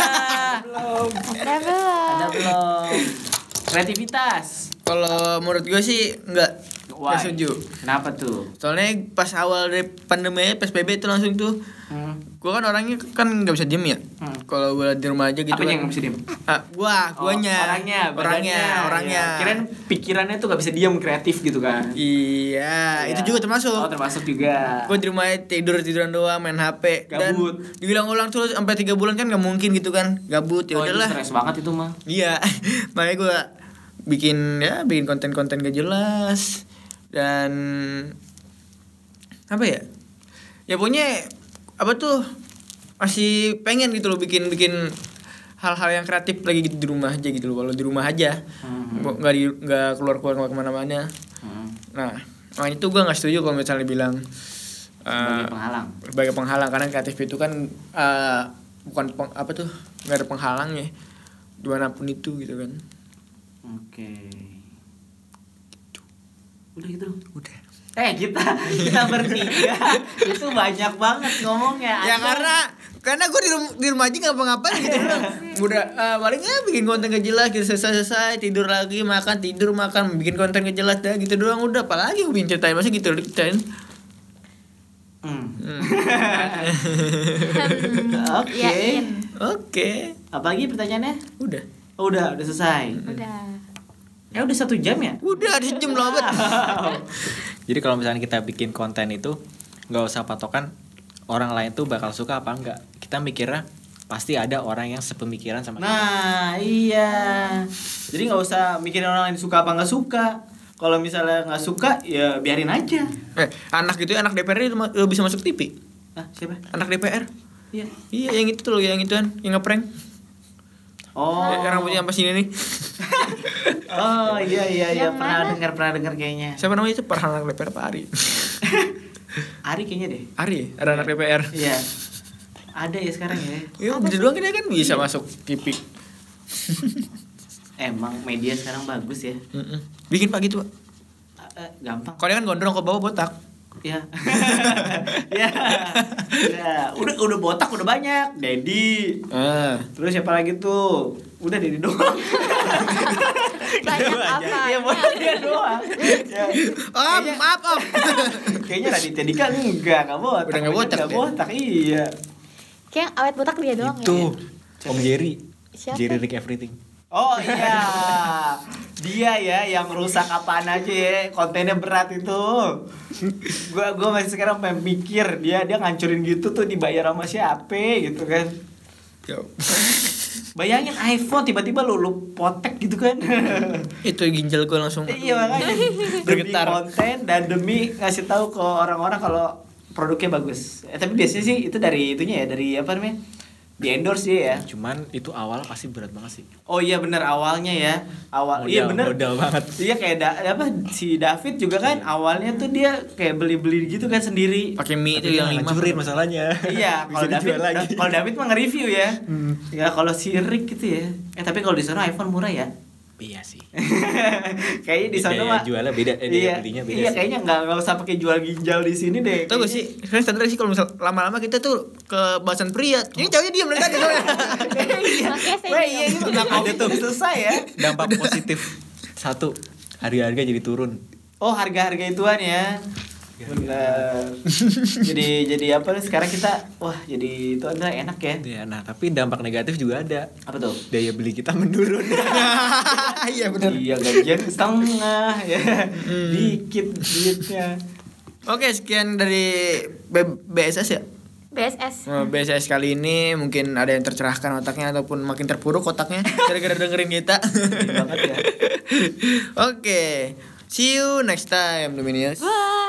Belum. belum. Kreativitas. Kalau menurut gue sih nggak setuju. Kenapa tuh? Soalnya pas awal dari pandemi PSBB itu langsung tuh, gue kan orangnya kan nggak bisa diem ya. Kalau gue di rumah aja gitu. Apanya kan. nggak bisa diem? Guanya. Orangnya. Kirain pikirannya tuh nggak bisa diem, kreatif gitu kan? Iya, itu juga termasuk. Oh, termasuk juga. Gue di rumah tiduran doang, main HP. Gabut. Dan diulang-ulang terus sampai 3 bulan kan nggak mungkin gitu kan, gabut ya udahlah. Stres banget itu mah. Iya, makanya gue bikin konten-konten gak jelas dan apa ya? Ya pokoknya masih pengen gitu loh bikin hal-hal yang kreatif lagi gitu di rumah aja gitu loh. Kalau di rumah aja, nggak keluar kemana-mana. Nah, makanya itu gue nggak setuju kalau misalnya bilang sebagai penghalang karena kreatif itu kan bukan nggak ada penghalang ya dimanapun itu gitu kan. Oke. Udah gitu. Udah. Kita bertiga itu banyak banget ngomongnya. Ya karena gue di rumah aja ngapa-ngapain gitu doang. Udah palingnya bikin konten gak jelas gitu, selesai tidur lagi, makan bikin konten gak jelas dah gitu doang. Udah apalagi gue bikin ceritain masa gitu ceritain. Oke. Apalagi pertanyaannya? Udah selesai. Udah 1 jam ya? Udah 1 jam loh bet. Jadi kalau misalnya kita bikin konten itu nggak usah patokan orang lain tuh bakal suka apa enggak. Kita mikirnya pasti ada orang yang sepemikiran sama kita. Nah iya. Jadi nggak usah mikirin orang lain suka apa nggak suka. Kalau misalnya nggak suka ya biarin aja. Anak DPR itu bisa masuk TV. Siapa? Anak DPR. Iya. Iya yang itu tuh yang ituan, yang ngeprank. Yang rambutnya sampai sini nih. Oh iya pernah dengar kayaknya. Siapa namanya itu? Anak DPR apa Ari? Ari kayaknya deh. Ari, ada anak DPR. Iya. Ada ya sekarang ya. Iya, gitu doang kita kan bisa masuk TV. Emang media sekarang bagus ya. Bikin Pak gitu, Pak. Gampang. Kalau dia kan gondrong ke bawah botak. Ya. Ya. Udah botak udah banyak. Dedi. Terus siapa lagi tuh? Udah Dedi doang. Banyak apa? Ya buat dia doang. Ya. Maaf, Om. Kayaknya Raditya Dika enggak botak. Udah enggak botak. Enggak botak, iya. Kayak awet botak dia doang Itu ya. Om Jerry. Siapa? Jerry Rick Everything. Oh iya. Dia ya yang rusak apaan aja ya. Kontennya berat itu. Gua masih sekarang pengen mikir dia ngancurin gitu tuh dibayar sama siapa gitu kan. Bayangin iPhone tiba-tiba lu potek gitu kan. Itu ginjal gue langsung. Iya makanya bergetar. Demi konten dan demi ngasih tahu ke orang-orang kalau produknya bagus. Tapi biasanya sih itu dari itunya ya, dari apa namanya? Di endorse dia ya. Cuman itu awal pasti berat banget sih. Oh iya benar awalnya ya. Iya benar. Modal banget. Iya kayak si David juga kan awalnya tuh dia kayak beli-beli gitu kan sendiri. Pakai mie itu yang 5 ngancurin masalahnya. Iya, kalau David mah nge-review ya. Ya kalau si Rick gitu ya. Tapi kalau di sana iPhone murah ya. Iya sih. Kayaknya di sana mah jualnya beda, belinya beda. Iya, kayaknya enggak usah pakai jual ginjal di sini deh. Tahu gak sih? Saya sadar sih kalau misal lama-lama kita tuh ke bahasan pria. Ini cowoknya diam dari tadi soalnya. Iya, ini udah ada tuh selesai ya. Dampak positif. 1, harga-harga jadi turun. Oh, harga-harga ituan ya. Benar. jadi apa nih sekarang kita jadi itu adalah enak ya. Ya, nah tapi dampak negatif juga ada. Apa tuh? Daya beli kita menurun. Iya benar. Iya gajian setengah ya. Dikit duitnya. Oke, sekian dari BSS ya. BSS kali ini mungkin ada yang tercerahkan otaknya ataupun makin terpuruk otaknya gara-gara dengerin kita. Banget ya. Oke. See you next time, Luminius. Bye.